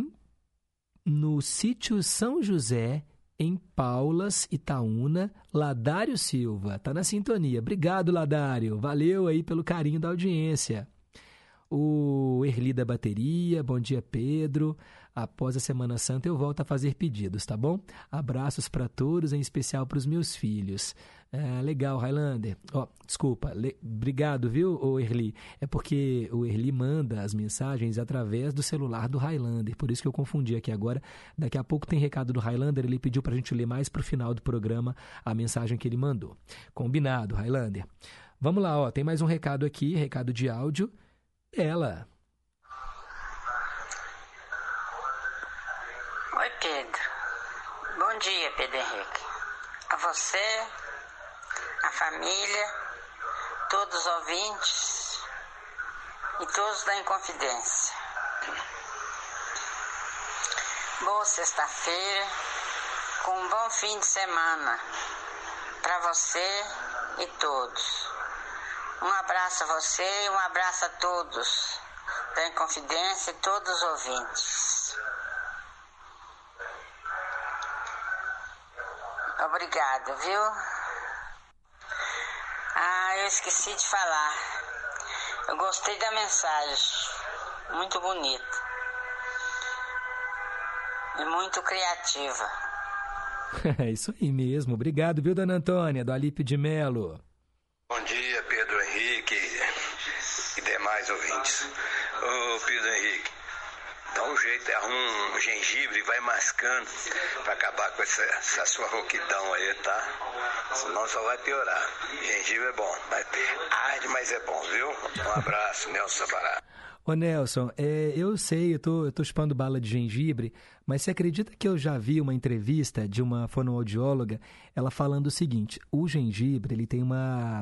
no sítio São José, em Paulas, Itaúna, Ladário Silva. Está na sintonia. Obrigado, Ladário. Valeu aí pelo carinho da audiência. O Erli da Bateria, bom dia, Pedro. Após a Semana Santa eu volto a fazer pedidos, tá bom? Abraços para todos, em especial para os meus filhos. Legal, Highlander. Desculpa, obrigado, viu, Erli? É porque o Erli manda as mensagens através do celular do Highlander, por isso que eu confundi aqui agora. Daqui a pouco tem recado do Highlander, ele pediu pra gente ler mais pro final do programa a mensagem que ele mandou. Combinado, Highlander. Vamos lá, tem mais um recado aqui, recado de áudio. Ela. Oi, Pedro. Bom dia, Pedro Henrique. A você, a família, todos os ouvintes e todos da Inconfidência. Boa sexta-feira, com um bom fim de semana para você e todos. Um abraço a você e um abraço a todos da Inconfidência e todos os ouvintes. Obrigada, viu? Eu esqueci de falar. Eu gostei da mensagem. Muito bonita. E muito criativa. É isso aí mesmo. Obrigado, viu, dona Antônia, do Alípio de Melo. Bom dia, Pedro Henrique e demais ouvintes. Ô, Pedro Henrique, dá um jeito, arruma um gengibre e vai mascando pra acabar com essa sua rouquidão aí, tá? Senão só vai piorar. Gengibre é bom, arde, mas é bom, viu? Um abraço, Nelson Sabará. Ô Nelson, eu sei, eu tô chupando bala de gengibre, mas você acredita que eu já vi uma entrevista de uma fonoaudióloga, ela falando o seguinte: o gengibre ele tem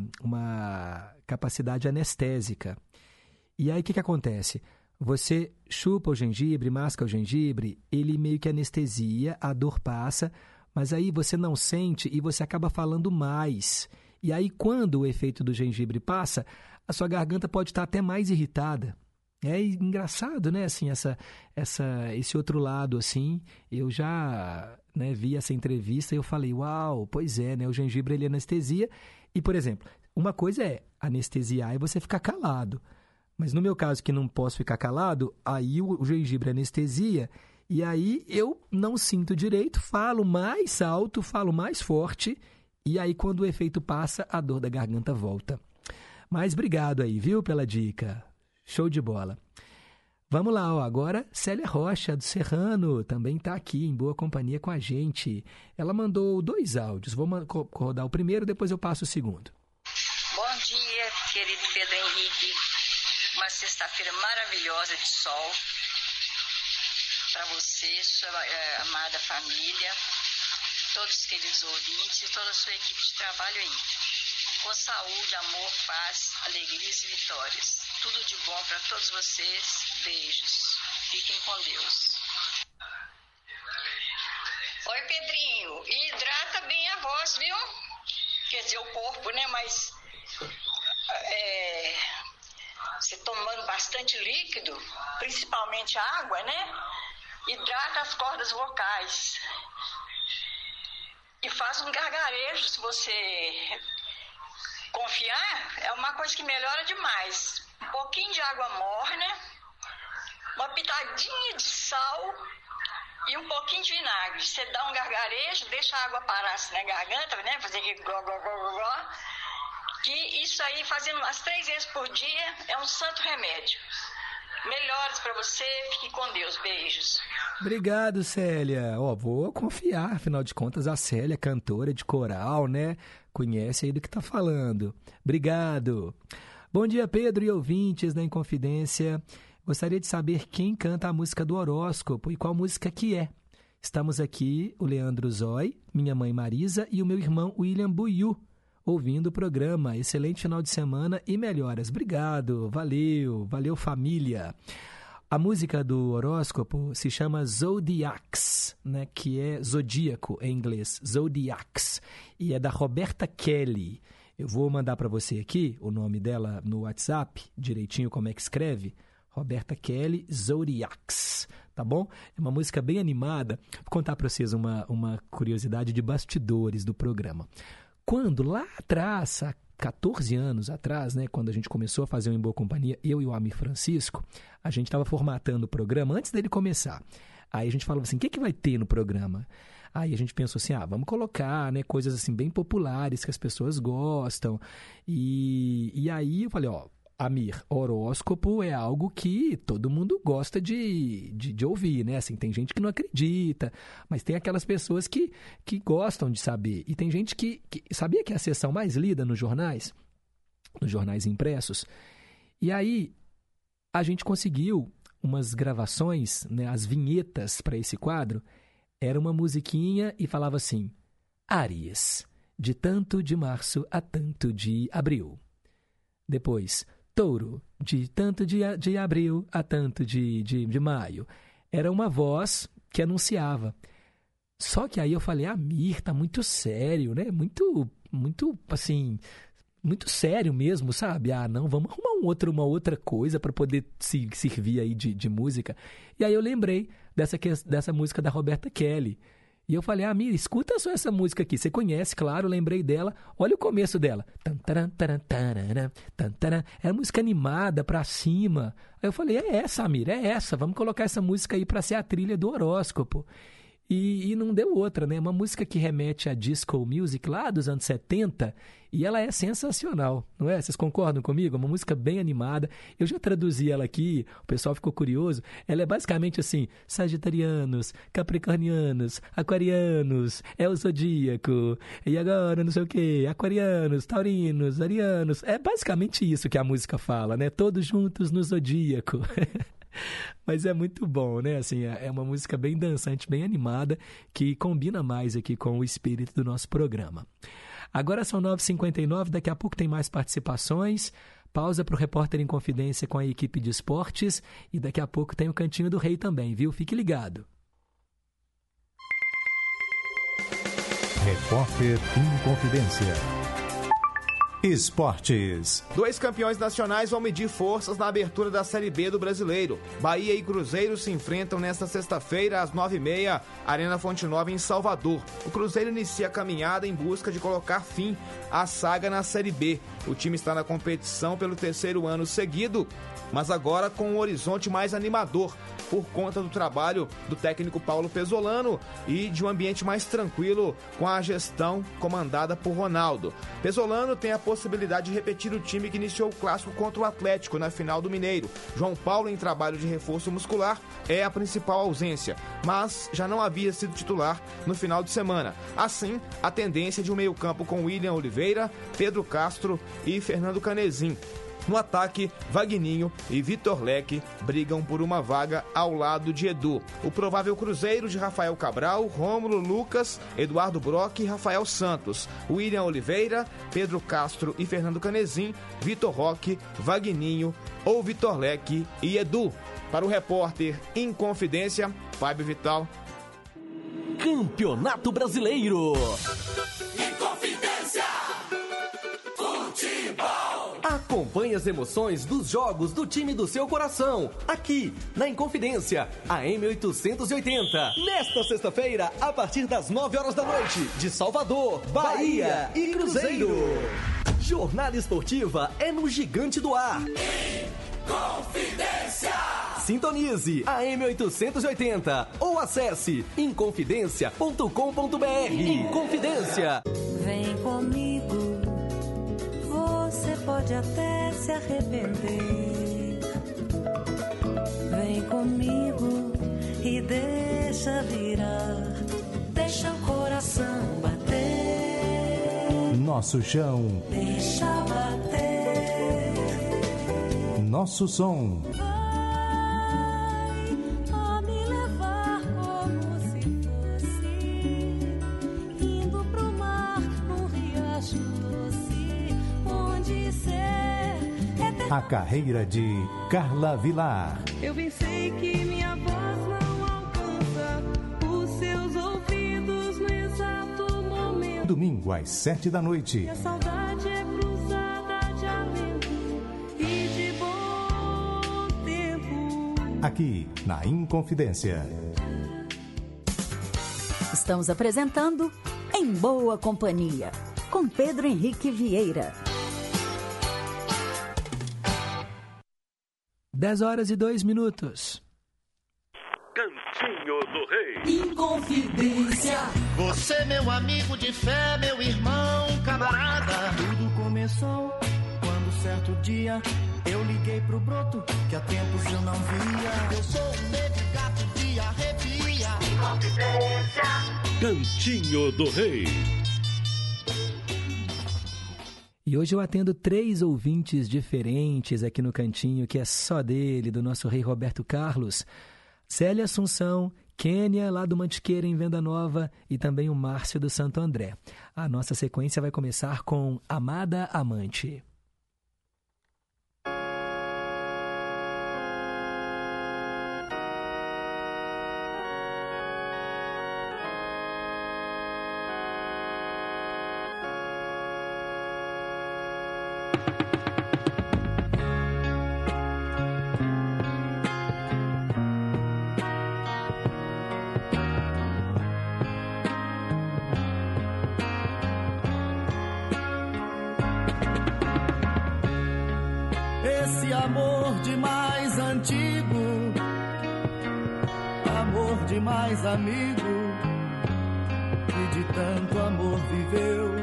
uma capacidade anestésica. E aí o que acontece? Você chupa o gengibre, masca o gengibre, ele meio que anestesia, a dor passa, mas aí você não sente e você acaba falando mais. E aí quando o efeito do gengibre passa, a sua garganta pode estar até mais irritada. É engraçado, né, assim, esse outro lado, assim, eu já vi essa entrevista e eu falei, uau, pois é, né, o gengibre ele anestesia e, por exemplo, uma coisa é anestesiar e você ficar calado, mas no meu caso que não posso ficar calado, aí o gengibre anestesia e aí eu não sinto direito, falo mais alto, falo mais forte e aí quando o efeito passa, a dor da garganta volta. Mas obrigado aí, viu, pela dica. Show de bola. Vamos lá, agora Célia Rocha, do Serrano, também está aqui em boa companhia com a gente. Ela mandou 2 áudios. Vou rodar o primeiro, depois eu passo o segundo. Bom dia, querido Pedro Henrique. Uma sexta-feira maravilhosa de sol para você, sua amada família, todos os queridos ouvintes e toda a sua equipe de trabalho aí. Com saúde, amor, paz, alegrias e vitórias. Tudo de bom para todos vocês. Beijos. Fiquem com Deus. Oi, Pedrinho. E hidrata bem a voz, viu? Quer dizer, o corpo, né? Mas você tomando bastante líquido, principalmente água, né? Hidrata as cordas vocais. E faz um gargarejo, se você confiar, é uma coisa que melhora demais. Um pouquinho de água morna, uma pitadinha de sal e um pouquinho de vinagre. Você dá um gargarejo, deixa a água parar assim na garganta, né? Fazer aquele gló. Que isso aí, fazendo umas 3 vezes por dia, é um santo remédio. Melhoras para você, fique com Deus. Beijos. Obrigado, Célia. Vou confiar, afinal de contas, a Célia, cantora de coral, né? Conhece aí do que tá falando. Obrigado. Bom dia, Pedro e ouvintes da Inconfidência. Gostaria de saber quem canta a música do horóscopo e qual música que é. Estamos aqui, o Leandro Zói, minha mãe Marisa e o meu irmão William Buiu, ouvindo o programa. Excelente final de semana e melhoras. Obrigado, valeu família. A música do horóscopo se chama Zodiacs, né, que é zodíaco em inglês, Zodiacs, e é da Roberta Kelly. Eu vou mandar para você aqui o nome dela no WhatsApp, direitinho como é que escreve, Roberta Kelly, Zodiacs, tá bom? É uma música bem animada. Vou contar para vocês uma curiosidade de bastidores do programa. Quando lá atrás, há 14 anos atrás, né, quando a gente começou a fazer o Em Boa Companhia, eu e o Amir Francisco, a gente estava formatando o programa antes dele começar. Aí a gente falava assim, o que vai ter no programa? Aí a gente pensou assim, vamos colocar, né, coisas assim bem populares que as pessoas gostam. E aí eu falei, Amir, horóscopo é algo que todo mundo gosta de ouvir, né? Assim, tem gente que não acredita, mas tem aquelas pessoas que gostam de saber. E tem gente que sabia que é a seção mais lida nos jornais impressos? E aí a gente conseguiu umas gravações, né, as vinhetas para esse quadro. Era uma musiquinha e falava assim, Áries, de tanto de março a tanto de abril. Depois, Touro, de tanto de abril a tanto de maio. Era uma voz que anunciava. Só que aí eu falei, Amir, tá muito sério, né? Muito, assim, muito sério mesmo, sabe? Não, vamos arrumar uma outra coisa para poder se servir aí de música. E aí eu lembrei dessa música da Roberta Kelly. E eu falei, Amir, escuta só essa música aqui. Você conhece, claro, lembrei dela. Olha o começo dela. É música animada, pra cima. Aí eu falei, é essa, Amir, é essa. Vamos colocar essa música aí pra ser a trilha do horóscopo. E não deu outra, né? Uma música que remete a disco music lá dos anos 70 e ela é sensacional, não é? Vocês concordam comigo? É uma música bem animada. Eu já traduzi ela aqui, o pessoal ficou curioso. Ela é basicamente assim, sagitarianos, capricornianos, aquarianos, é o zodíaco, e agora não sei o quê, aquarianos, taurinos, arianos. É basicamente isso que a música fala, né? Todos juntos no zodíaco. Mas é muito bom, né? Assim, é uma música bem dançante, bem animada, que combina mais aqui com o espírito do nosso programa. Agora são 9h59, daqui a pouco tem mais participações. Pausa para o Repórter em Confidência com a equipe de esportes e daqui a pouco tem o Cantinho do Rei também, viu? Fique ligado. Repórter em Confidência. Esportes. 2 campeões nacionais vão medir forças na abertura da Série B do Brasileiro. Bahia e Cruzeiro se enfrentam nesta sexta-feira às 9h30, Arena Fonte Nova em Salvador. O Cruzeiro inicia a caminhada em busca de colocar fim à saga na Série B. O time está na competição pelo 3º ano seguido, mas agora com um horizonte mais animador, por conta do trabalho do técnico Paulo Pesolano e de um ambiente mais tranquilo com a gestão comandada por Ronaldo. Pesolano tem a possibilidade de repetir o time que iniciou o clássico contra o Atlético na final do Mineiro. João Paulo, em trabalho de reforço muscular, é a principal ausência, mas já não havia sido titular no final de semana. Assim, a tendência de um meio-campo com William Oliveira, Pedro Castro e Fernando Canezin. No ataque, Vagninho e Vitor Leque brigam por uma vaga ao lado de Edu. O provável Cruzeiro de Rafael Cabral, Rômulo Lucas, Eduardo Brock e Rafael Santos. William Oliveira, Pedro Castro e Fernando Canezin, Vitor Roque, Vagninho ou Vitor Leque e Edu. Para o Repórter em Confidência, Fábio Vital. Campeonato Brasileiro. Inconfidência. Futebol. Acompanhe as emoções dos jogos do time do seu coração, aqui na Inconfidência, AM 880. Nesta sexta-feira, a partir das 9h da noite, de Salvador, Bahia e Cruzeiro. Jornada esportiva é no Gigante do Ar. Inconfidência. Sintonize AM 880 ou acesse inconfidencia.com.br. Inconfidência. Vem comigo. Você pode até se arrepender. Vem comigo e deixa virar. Deixa o coração bater. Nosso chão. Deixa bater. Nosso som. Vai me levar como se fosse indo pro mar, num riacho doce, onde ser eterno. A carreira de Carla Vilar. Eu pensei que minha voz não alcança os seus ouvidos no exato momento. Domingo às 7 da noite. A saudade é cruzada de alento e de bom tempo. Aqui na Inconfidência. Estamos apresentando Em Boa Companhia, com Pedro Henrique Vieira. 10h02. Cantinho Rei. Inconfidência. Você, meu amigo de fé, meu irmão, camarada. Tudo começou quando certo dia eu liguei pro broto que há tempos eu não via. Eu sou um negro gato de arrepia. Inconfidência. Cantinho do Rei. E hoje eu atendo 3 ouvintes diferentes aqui no Cantinho, que é só dele, do nosso rei Roberto Carlos. Célia Assunção, Kênia, lá do Mantiqueira, em Venda Nova, e também o Márcio do Santo André. A nossa sequência vai começar com Amada Amante. Esse amor demais antigo, amor demais amigo, que de tanto amor viveu,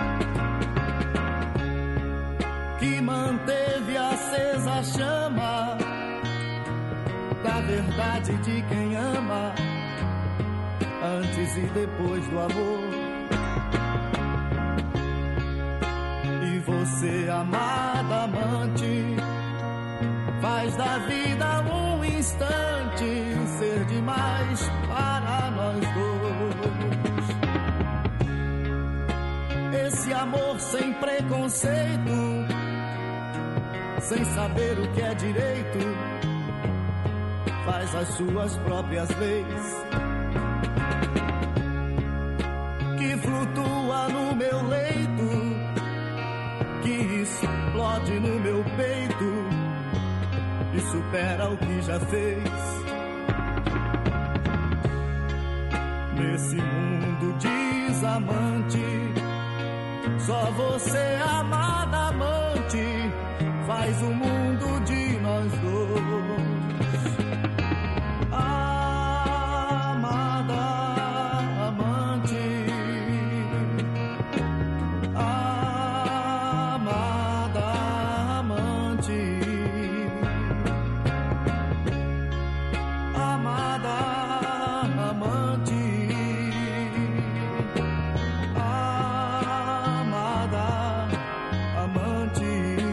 que manteve acesa a chama da verdade de quem ama, antes e depois do amor. E você, amada amante, faz da vida um instante ser demais para nós dois. Esse amor sem preconceito, sem saber o que é direito, faz as suas próprias leis, que flutua no meu leito, que explode no meu peito e supera o que já fez. Nesse mundo desamante, só você, amada amante, faz o mundo de nós dois. Amada amante, amada amante, amada amante, amada amante.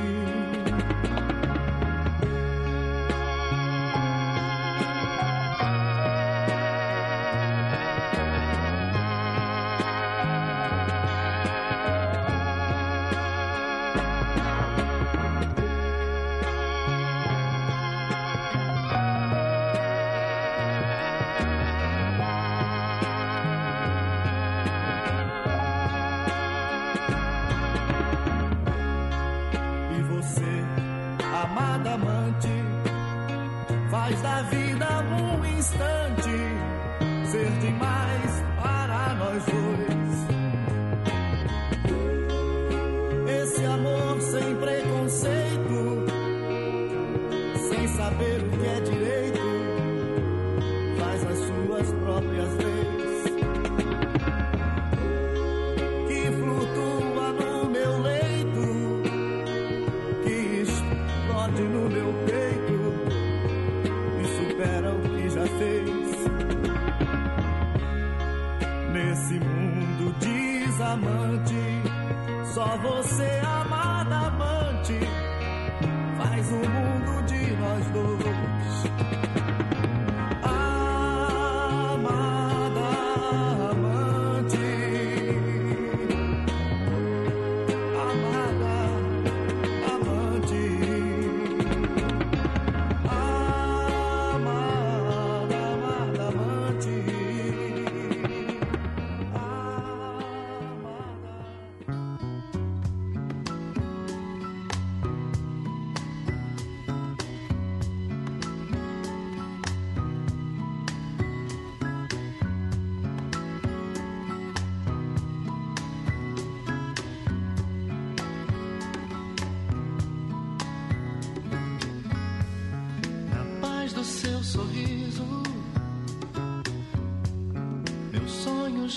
E você, amada amante, faz da vida um instante ser demais para nós dois. Esse amor sem preconceito, sem saber o que é direito, faz as suas próprias leis, que flutua no meu leito, que explode no meu peito e supera o que já fez. Nesse mundo desamante, só você, amada amante, faz o mundo de nós dois. Amada amante, amada amante, amada amante.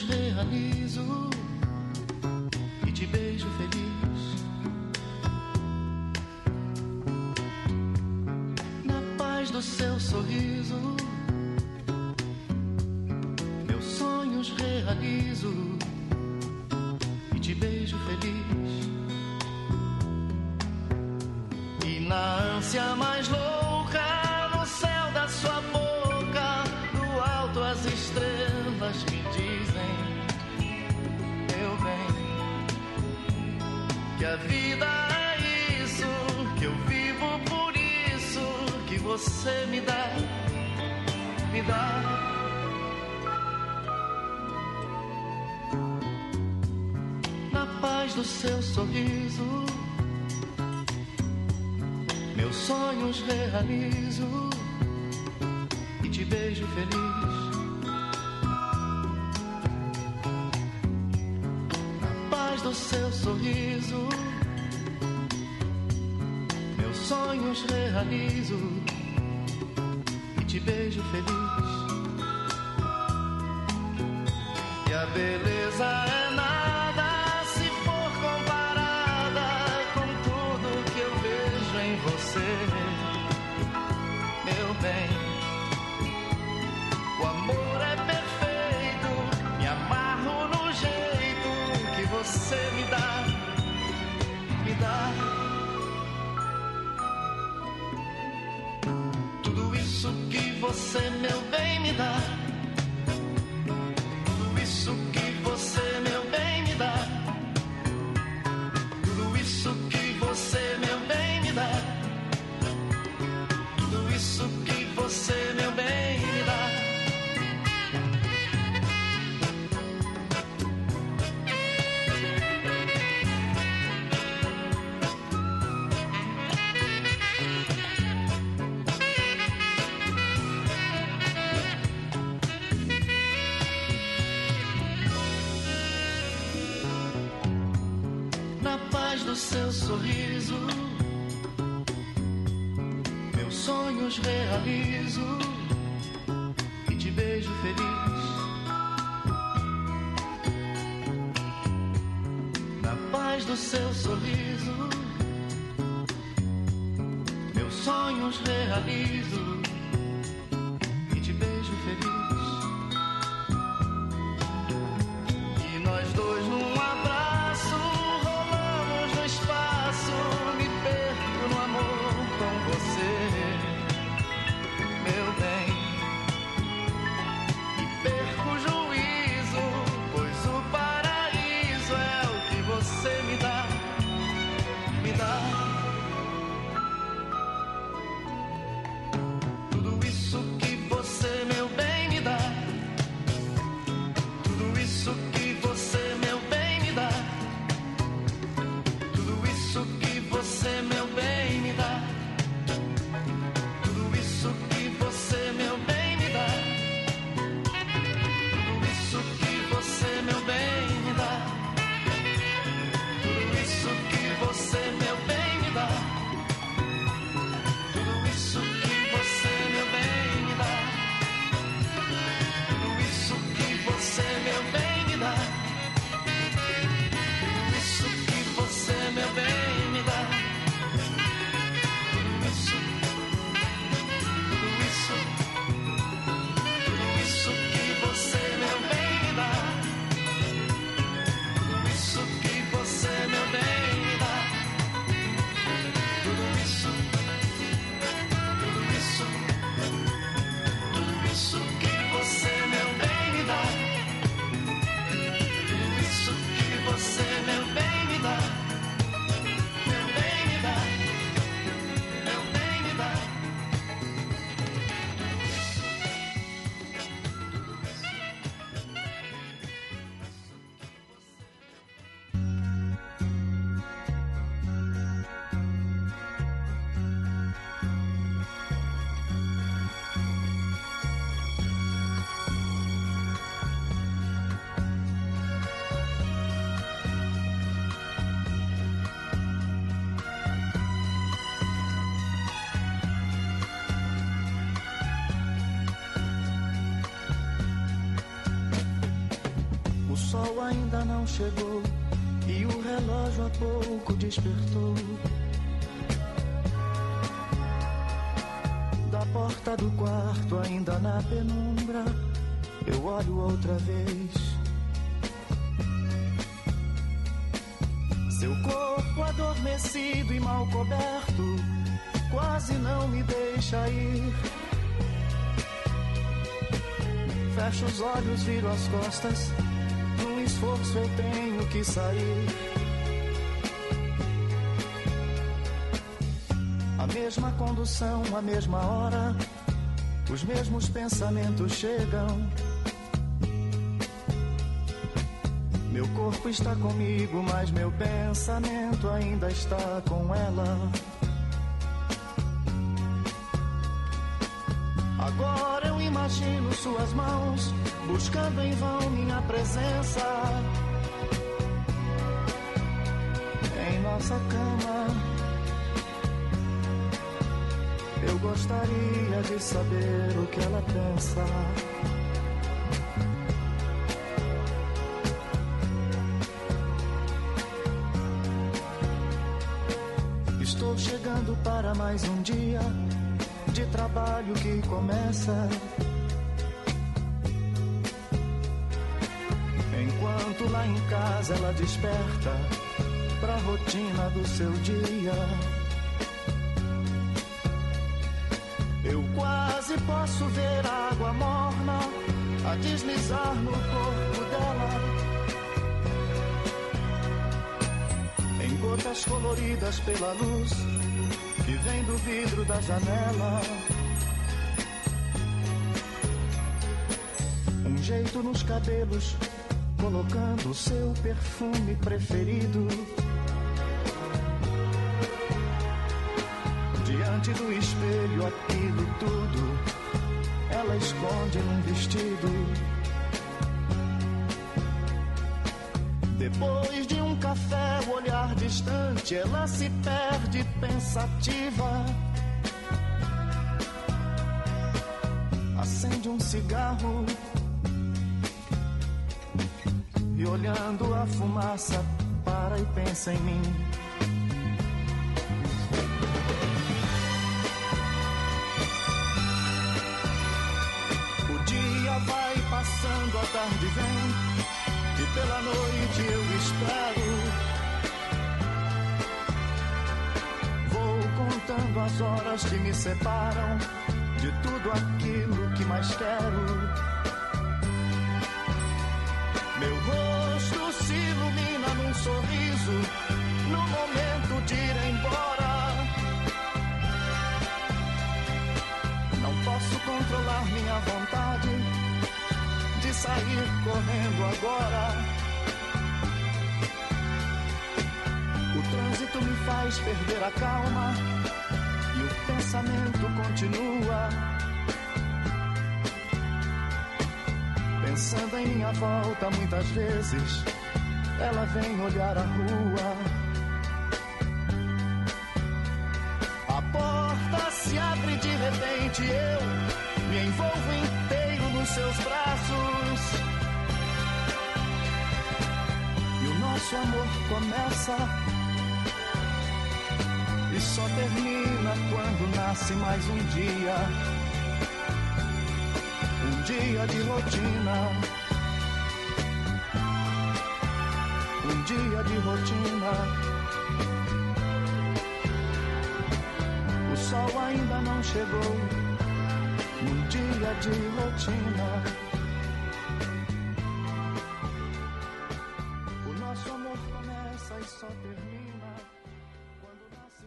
realizo e te beijo feliz. Na paz do seu sorriso, meus sonhos realizo e te beijo feliz. E na ânsia mais louca, no céu da sua boca, do alto as estrelas me dizem, meu bem, que a vida é isso, que eu vivo por isso, que você me dá, me dá. Na paz do seu sorriso, meus sonhos realizo e te beijo feliz. Na paz do seu sorriso, meus sonhos realizo e te beijo feliz. E a beleza é nada se for comparada com tudo que eu vejo em você, meu bem. O amor é perfeito, me amarro no jeito que você me dá, me dá. Tudo isso que você, meu bem, me dá. Tudo isso que você, meu bem, me dá. Tudo isso que você, meu bem, me dá. Tudo isso que você, meu bem, me dá. Na paz do seu sorriso, meus sonhos realizo e te beijo feliz. Na paz do seu sorriso, meus sonhos realizo e te beijo feliz. E nós dois num abraço rolamos no espaço, me perco no amor com você, meu bem. E perco o juízo, pois o paraíso é o que você me dá, me dá. sol ainda não chegou e o relógio há pouco despertou. Da porta do quarto ainda na penumbra eu olho outra vez. Seu corpo adormecido e mal coberto quase não me deixa ir. Fecho os olhos, viro as costas, num esforço eu tenho que sair. A mesma condução, a mesma hora, os mesmos pensamentos chegam. Meu corpo está comigo, mas meu pensamento ainda está com ela. Agora eu imagino suas mãos buscando em vão minha presença em nossa cama. Eu gostaria de saber o que ela pensa. Estou chegando para mais um dia de trabalho que começa. Enquanto lá em casa ela desperta pra rotina do seu dia. Eu quase posso ver a água morna a deslizar no corpo dela, em gotas coloridas pela luz que vem do vidro da janela. Um jeito nos cabelos, colocando o seu perfume preferido. Diante do espelho, aquilo tudo ela esconde num vestido. Depois de um café, o olhar distante, ela se perde pensativa. Acende um cigarro e olhando a fumaça para e pensa em mim. O dia vai passando, a tarde vem e pela noite eu espero. Vou contando as horas que me separam de tudo aquilo que mais quero. Meu rosto se ilumina num sorriso no momento de ir embora. Não posso controlar minha vontade de sair correndo agora. O trânsito me faz perder a calma e o pensamento continua. Pensando em minha volta muitas vezes, ela vem olhar a rua. A porta se abre de repente, eu me envolvo inteiro nos seus braços. E o nosso amor começa e só termina quando nasce mais um dia. Um dia de rotina. Um dia de rotina. O sol ainda não chegou. Um dia de rotina. O nosso amor começa e só termina quando nasce.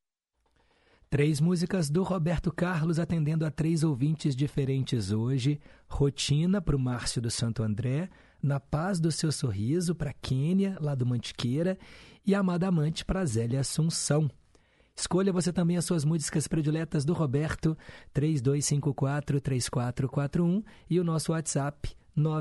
3 músicas do Roberto Carlos atendendo a 3 ouvintes diferentes hoje. Rotina para o Márcio do Santo André, Na Paz do Seu Sorriso para Quênia, lá do Mantiqueira, e Amada Amante para Zélia Assunção. Escolha você também as suas músicas prediletas do Roberto, 3254-3441 e o nosso WhatsApp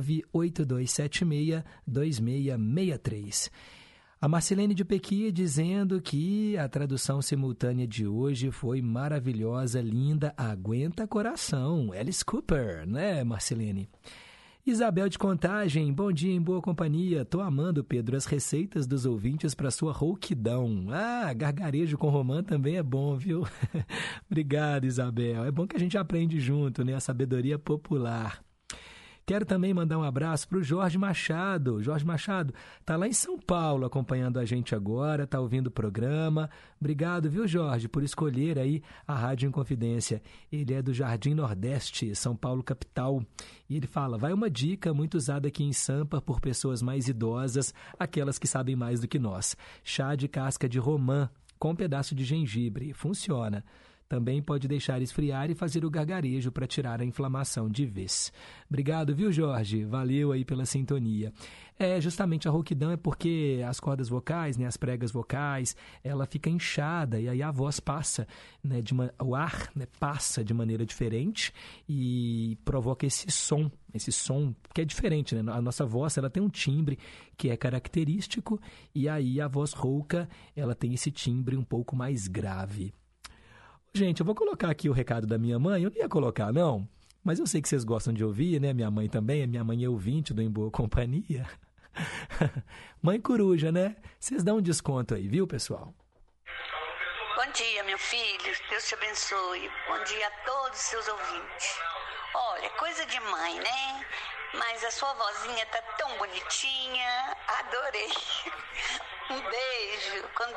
98276-2663. A Marcelene de Pequi dizendo que a tradução simultânea de hoje foi maravilhosa, linda, aguenta coração. Alice Cooper, né, Marcelene? Isabel de Contagem, bom dia em boa companhia. Tô amando, Pedro, as receitas dos ouvintes para sua rouquidão. Gargarejo com romã também é bom, viu? Obrigado, Isabel. É bom que a gente aprende junto, né? A sabedoria popular. Quero também mandar um abraço para o Jorge Machado. Jorge Machado está lá em São Paulo acompanhando a gente agora, está ouvindo o programa. Obrigado, viu, Jorge, por escolher aí a Rádio Inconfidência. Ele é do Jardim Nordeste, São Paulo, capital. E ele fala, vai uma dica muito usada aqui em Sampa por pessoas mais idosas, aquelas que sabem mais do que nós. Chá de casca de romã com um pedaço de gengibre. Funciona. Também pode deixar esfriar e fazer o gargarejo para tirar a inflamação de vez. Obrigado, viu, Jorge? Valeu aí pela sintonia. Justamente a rouquidão é porque as cordas vocais, né, as pregas vocais, ela fica inchada e aí a voz passa, né, o ar, né, passa de maneira diferente e provoca esse som que é diferente, né? A nossa voz, ela tem um timbre que é característico e aí a voz rouca, ela tem esse timbre um pouco mais grave. Gente, eu vou colocar aqui o recado da minha mãe. Eu não ia colocar, não. Mas eu sei que vocês gostam de ouvir, né? Minha mãe também. Minha mãe é ouvinte do Em Boa Companhia. Mãe coruja, né? Vocês dão um desconto aí, viu, pessoal? Bom dia, meu filho. Deus te abençoe. Bom dia a todos os seus ouvintes. Olha, coisa de mãe, né? Mas a sua vozinha tá tão bonitinha. Adorei. Um beijo. Com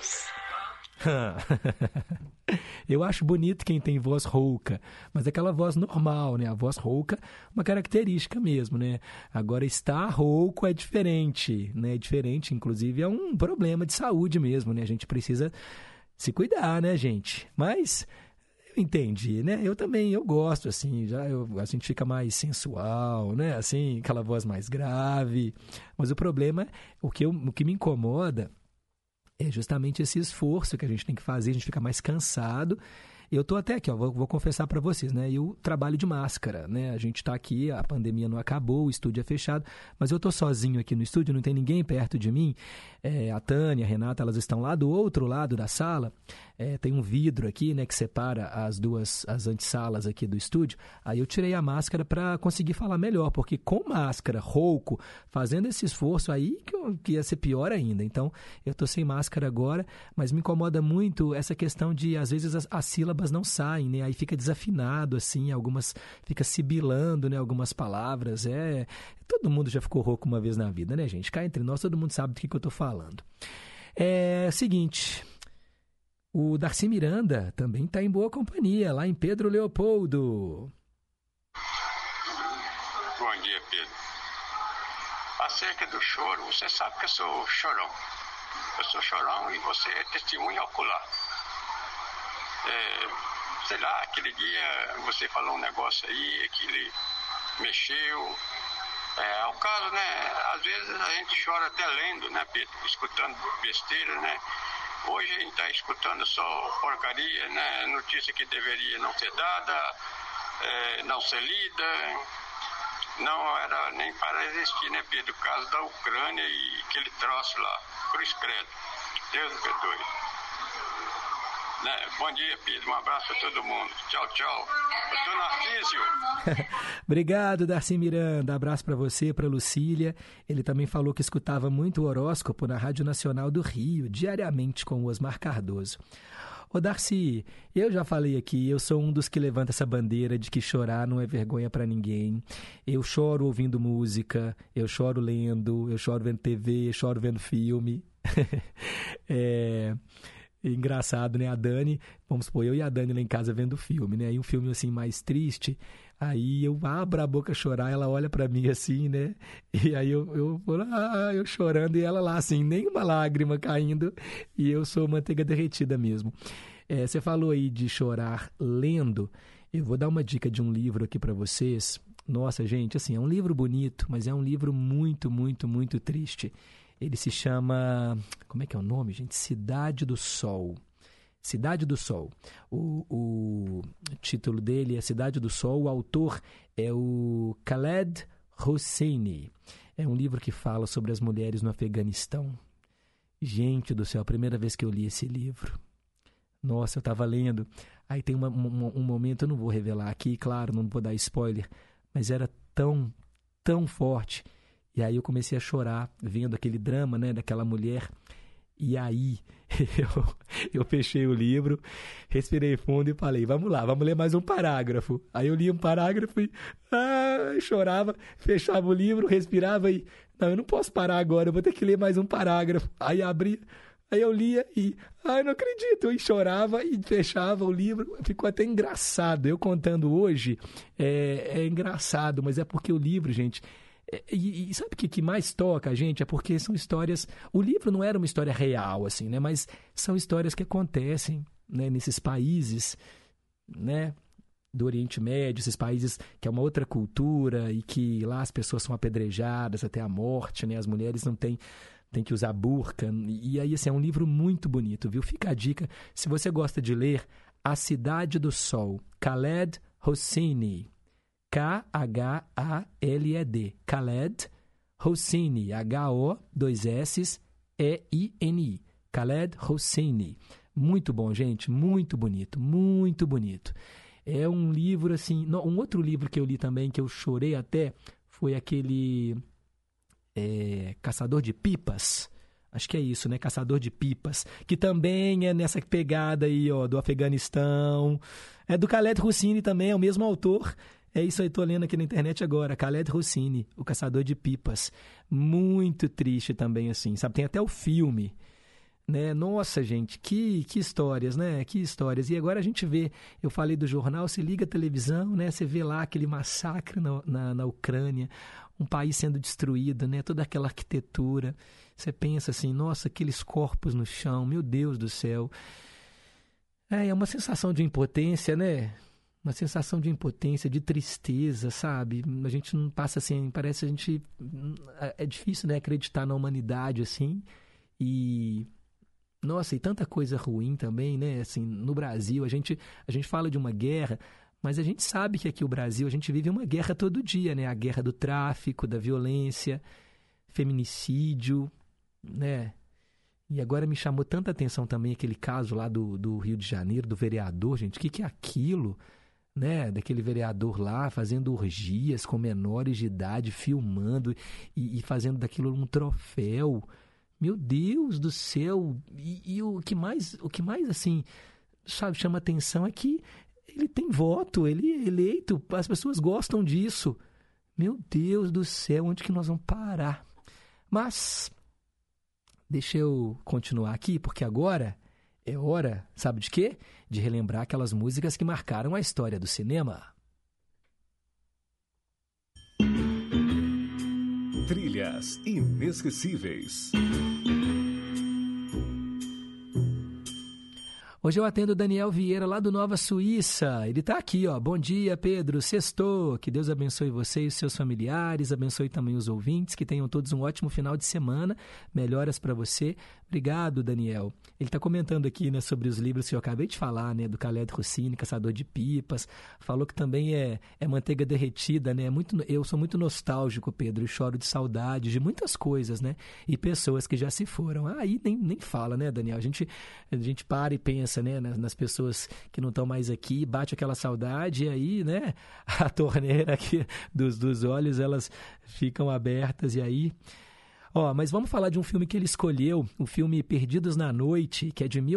Deus. Eu acho bonito quem tem voz rouca, mas aquela voz normal, né? A voz rouca, uma característica mesmo, né? Agora, estar rouco é diferente, né? É diferente, inclusive, é um problema de saúde mesmo, né? A gente precisa se cuidar, né, gente? Mas eu entendi, né? Eu também, eu gosto, assim, a gente fica mais sensual, né? Assim, aquela voz mais grave. Mas o problema, o que me incomoda é justamente esse esforço que a gente tem que fazer, a gente fica mais cansado. Eu estou até aqui, vou confessar para vocês, né? Eu trabalho de máscara, né? A gente está aqui, a pandemia não acabou, o estúdio é fechado, mas eu estou sozinho aqui no estúdio, não tem ninguém perto de mim. A Tânia, a Renata, elas estão lá do outro lado da sala. Tem um vidro aqui, né, que separa as antessalas aqui do estúdio. Aí eu tirei a máscara para conseguir falar melhor, porque com máscara, rouco, fazendo esse esforço aí, que ia ser pior ainda. Então, eu estou sem máscara agora, mas me incomoda muito essa questão de, às vezes, as sílabas não saem, né? Aí fica desafinado, assim, fica sibilando, né, algumas palavras. Todo mundo já ficou rouco uma vez na vida, né, gente? Cá entre nós, todo mundo sabe do que eu estou falando. Seguinte... O Darcy Miranda também está em boa companhia, lá em Pedro Leopoldo. Bom dia, Pedro. Acerca do choro, você sabe que eu sou chorão. Eu sou chorão e você é testemunha ocular. Sei lá, aquele dia você falou um negócio aí, que ele mexeu. Ao caso, né, às vezes a gente chora até lendo, né, Pedro? Escutando besteira, né? Hoje a gente está escutando só porcaria, né? Notícia que deveria não ser dada, não ser lida, não era nem para existir, né, Pedro? O caso da Ucrânia e aquele troço lá, cruz credo. Deus me perdoe. Né? Bom dia, Pedro. Um abraço a todo mundo. Tchau, tchau. Eu sou Narcísio. Obrigado, Darcy Miranda. Abraço para você, para Lucília. Ele também falou que escutava muito o horóscopo na Rádio Nacional do Rio, diariamente com o Osmar Cardoso. Ô, Darcy, eu já falei aqui, eu sou um dos que levanta essa bandeira de que chorar não é vergonha para ninguém. Eu choro ouvindo música, eu choro lendo, eu choro vendo TV, eu choro vendo filme. Engraçado, né? A Dani, vamos supor, eu e a Dani lá em casa vendo filme, né? Aí um filme assim mais triste, aí eu abro a boca a chorar, ela olha pra mim assim, né? E aí eu chorando e ela lá assim, nem uma lágrima caindo, e eu sou manteiga derretida mesmo. Você falou aí de chorar lendo, eu vou dar uma dica de um livro aqui pra vocês. Nossa, gente, assim, é um livro bonito, mas é um livro muito, muito, muito triste. Ele se chama... Como é que é o nome, gente? Cidade do Sol. Cidade do Sol. O título dele é Cidade do Sol. O autor é o Khaled Hosseini. É um livro que fala sobre as mulheres no Afeganistão. Gente do céu, a primeira vez que eu li esse livro. Nossa, eu estava lendo. Aí tem um momento, eu não vou revelar aqui, claro, não vou dar spoiler, mas era tão tão forte. E aí eu comecei a chorar, vendo aquele drama, né, daquela mulher. E aí eu fechei o livro, respirei fundo e falei, vamos lá, vamos ler mais um parágrafo. Aí eu li um parágrafo e chorava, fechava o livro, respirava e... Não, eu não posso parar agora, eu vou ter que ler mais um parágrafo. Aí abria, aí eu lia e... eu não acredito, e chorava e fechava o livro. Ficou até engraçado. Eu contando hoje, é engraçado, mas é porque o livro, gente... E sabe o que mais toca a gente? É porque são histórias... O livro não era uma história real, assim, né? Mas são histórias que acontecem, né, nesses países, né, do Oriente Médio, esses países que é uma outra cultura e que lá as pessoas são apedrejadas até a morte, né? As mulheres não têm que usar burca. E aí, assim, é um livro muito bonito, viu? Fica a dica. Se você gosta de ler, A Cidade do Sol, Khaled Hosseini. K-H-A-L-E-D. Khaled Hosseini. H-O-2-S-E-I-N-I. Khaled Hosseini. Muito bom, gente. Muito bonito. Muito bonito. É um livro, assim... Um outro livro que eu li também, que eu chorei até, foi aquele... Caçador de Pipas. Acho que é isso, né? Caçador de Pipas. Que também é nessa pegada aí, ó, do Afeganistão. É do Khaled Hosseini também, é o mesmo autor. É isso aí, tô lendo aqui na internet agora. Khaled Hosseini, O Caçador de Pipas. Muito triste também, assim, sabe? Tem até o filme, né? Nossa, gente, que histórias, né? Que histórias. E agora a gente vê, eu falei do jornal, você liga a televisão, né? Você vê lá aquele massacre na Ucrânia, um país sendo destruído, né? Toda aquela arquitetura. Você pensa assim, nossa, aqueles corpos no chão, meu Deus do céu. É uma sensação de impotência, né? Uma sensação de impotência, de tristeza, sabe? A gente não passa assim, parece a gente... É difícil, né, acreditar na humanidade, assim. E... Nossa, e tanta coisa ruim também, né? Assim, no Brasil, a gente fala de uma guerra, mas a gente sabe que aqui no Brasil a gente vive uma guerra todo dia, né? A guerra do tráfico, da violência, feminicídio, né? E agora me chamou tanta atenção também aquele caso lá do Rio de Janeiro, do vereador, gente. O que é aquilo, né? Daquele vereador lá fazendo orgias com menores de idade, filmando e fazendo daquilo um troféu. Meu Deus do céu! E o que mais assim, sabe, chama atenção é que ele tem voto, ele é eleito, as pessoas gostam disso. Meu Deus do céu, onde que nós vamos parar? Mas deixa eu continuar aqui, porque agora é hora, sabe de quê? De relembrar aquelas músicas que marcaram a história do cinema. Trilhas inesquecíveis. Hoje eu atendo o Daniel Vieira, lá do Nova Suíça. Ele está aqui, ó. Bom dia, Pedro. Sextou. Que Deus abençoe você e os seus familiares. Abençoe também os ouvintes. Que tenham todos um ótimo final de semana. Melhoras para você. Obrigado, Daniel. Ele está comentando aqui, né, sobre os livros que eu acabei de falar, né, do Khaled Hosseini, Caçador de Pipas. Falou que também é manteiga derretida, né? Eu sou muito nostálgico, Pedro, e choro de saudade de muitas coisas, né? E pessoas que já se foram. Aí nem fala, né, Daniel? A gente para e pensa, né, nas pessoas que não estão mais aqui, bate aquela saudade e aí, né, a torneira aqui dos olhos, elas ficam abertas e aí... mas vamos falar de um filme que ele escolheu, o filme Perdidos na Noite, que é de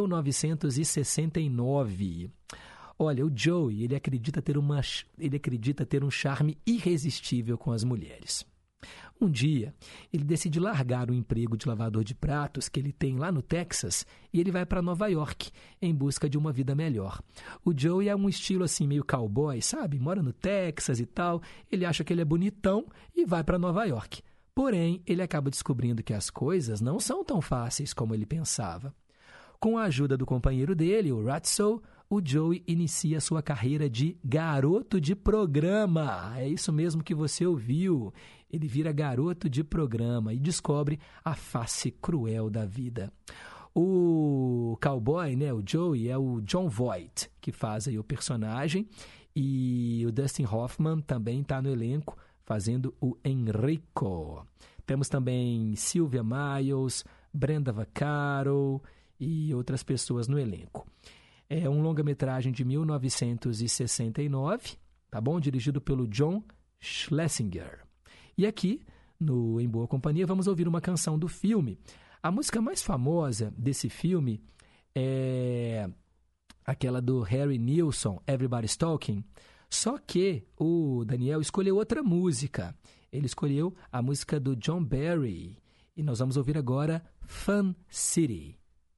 1969. Olha, o Joey, ele acredita ter um charme irresistível com as mulheres. Um dia, ele decide largar o emprego de lavador de pratos que ele tem lá no Texas e ele vai para Nova York em busca de uma vida melhor. O Joey é um estilo assim meio cowboy, sabe? Mora no Texas e tal, ele acha que ele é bonitão e vai para Nova York. Porém, ele acaba descobrindo que as coisas não são tão fáceis como ele pensava. Com a ajuda do companheiro dele, o Ratso, o Joey inicia sua carreira de garoto de programa. É isso mesmo que você ouviu. Ele vira garoto de programa e descobre a face cruel da vida. O cowboy, né, o Joey, é o John Voight, que faz aí o personagem. E o Dustin Hoffman também está no elenco, fazendo o Enrico. Temos também Sylvia Miles, Brenda Vaccaro e outras pessoas no elenco. É um longa-metragem de 1969, tá bom? Dirigido pelo John Schlesinger. E aqui, no Em Boa Companhia, vamos ouvir uma canção do filme. A música mais famosa desse filme é aquela do Harry Nilsson, Everybody's Talking. Só que o Daniel escolheu outra música. Ele escolheu a música do John Barry. E nós vamos ouvir agora Fun City.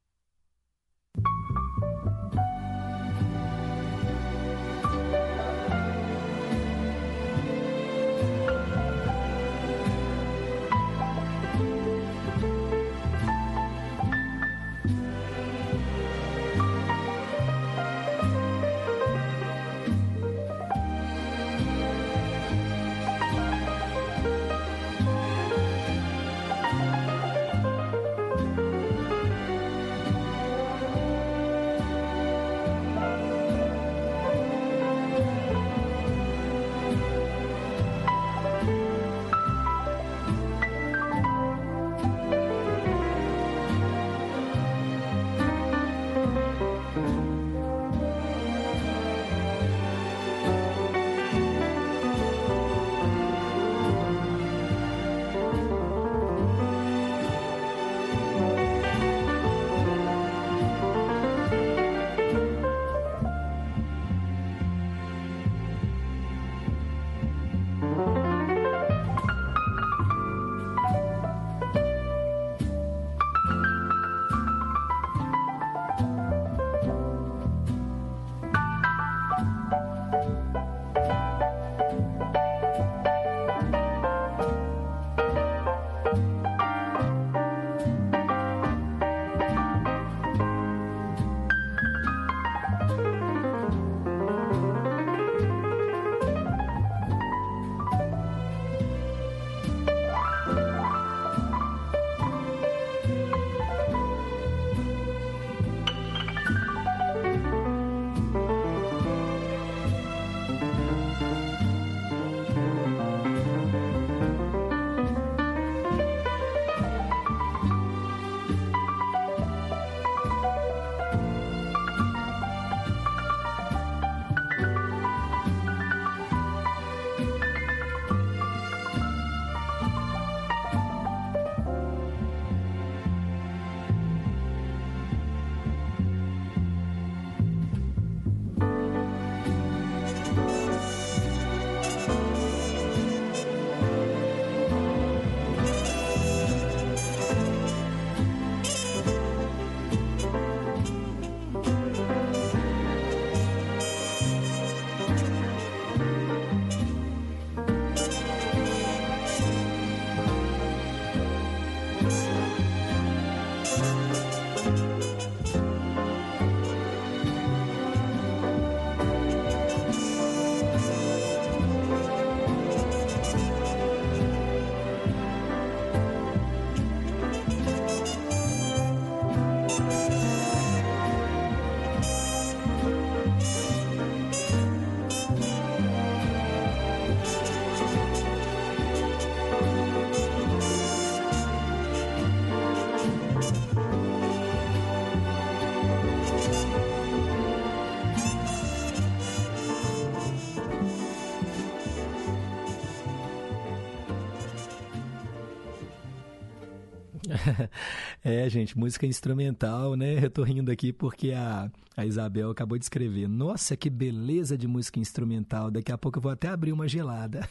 É, gente, música instrumental, né? Eu tô rindo aqui porque a Isabel acabou de escrever. Nossa, que beleza de música instrumental. Daqui a pouco eu vou até abrir uma gelada.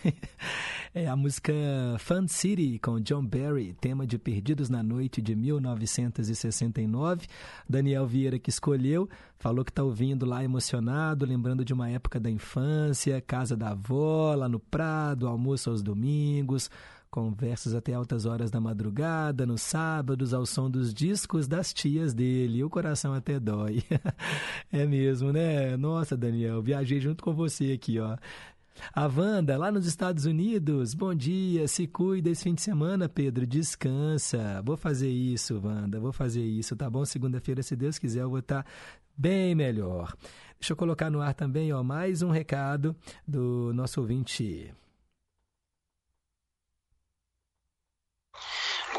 É a música Fun City, com John Barry, tema de Perdidos na Noite, de 1969. Daniel Vieira que escolheu, falou que tá ouvindo lá emocionado, lembrando de uma época da infância, casa da avó, lá no Prado, almoço aos domingos, conversas até altas horas da madrugada, nos sábados, ao som dos discos das tias dele. O coração até dói. É mesmo, né? Nossa, Daniel, viajei junto com você aqui, ó. A Wanda, lá nos Estados Unidos. Bom dia, se cuida esse fim de semana, Pedro, descansa. Vou fazer isso, Wanda, vou fazer isso, tá bom? Segunda-feira, se Deus quiser, eu vou estar bem melhor. Deixa eu colocar no ar também, ó, mais um recado do nosso ouvinte.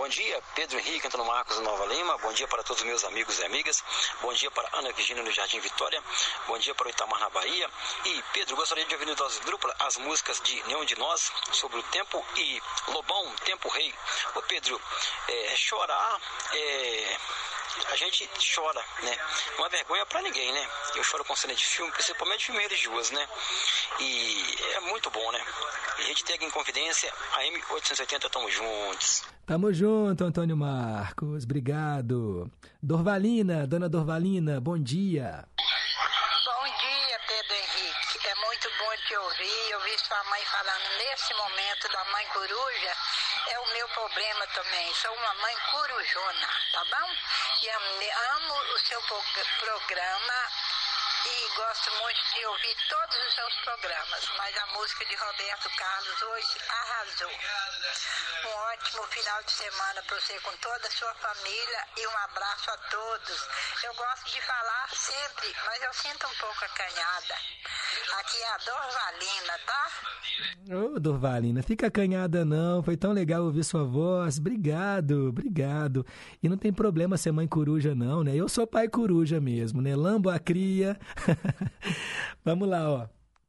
Bom dia, Pedro Henrique, Antônio Marcos, Nova Lima. Bom dia para todos os meus amigos e amigas. Bom dia para Ana Virgínia no Jardim Vitória. Bom dia para o Itamar na Bahia. E, Pedro, gostaria de ouvir no Dose Dupla as músicas de Nenhum de Nós, Sobre o Tempo e Lobão, Tempo Rei. Ô, Pedro, chorar a gente chora, né? Não é vergonha pra ninguém, né? Eu choro com cena de filme, principalmente filme religioso, né? E é muito bom, né? A gente tem aqui em Confidência, a M880, tamo juntos. Tamo junto, Antônio Marcos, obrigado. Dorvalina, dona Dorvalina, bom dia. Bom dia, Pedro Henrique. É muito bom te ouvir. Eu vi sua mãe falando nesse momento da mãe coruja. É o meu problema também. Sou uma mãe corujona, tá bom? E amo o seu programa e gosto muito de ouvir todos os seus programas. Mas a música de Roberto Carlos hoje arrasou. Um ótimo final de semana para você com toda a sua família e um abraço a todos. Eu gosto de falar sempre, mas eu sinto um pouco acanhada. Aqui é a Dorvalina, tá? Ô, Dorvalina, fica acanhada não, foi tão legal ouvir sua voz, obrigado. E não tem problema ser mãe coruja não, né? Eu sou pai coruja mesmo, né? Lambo a cria. Vamos lá, ó.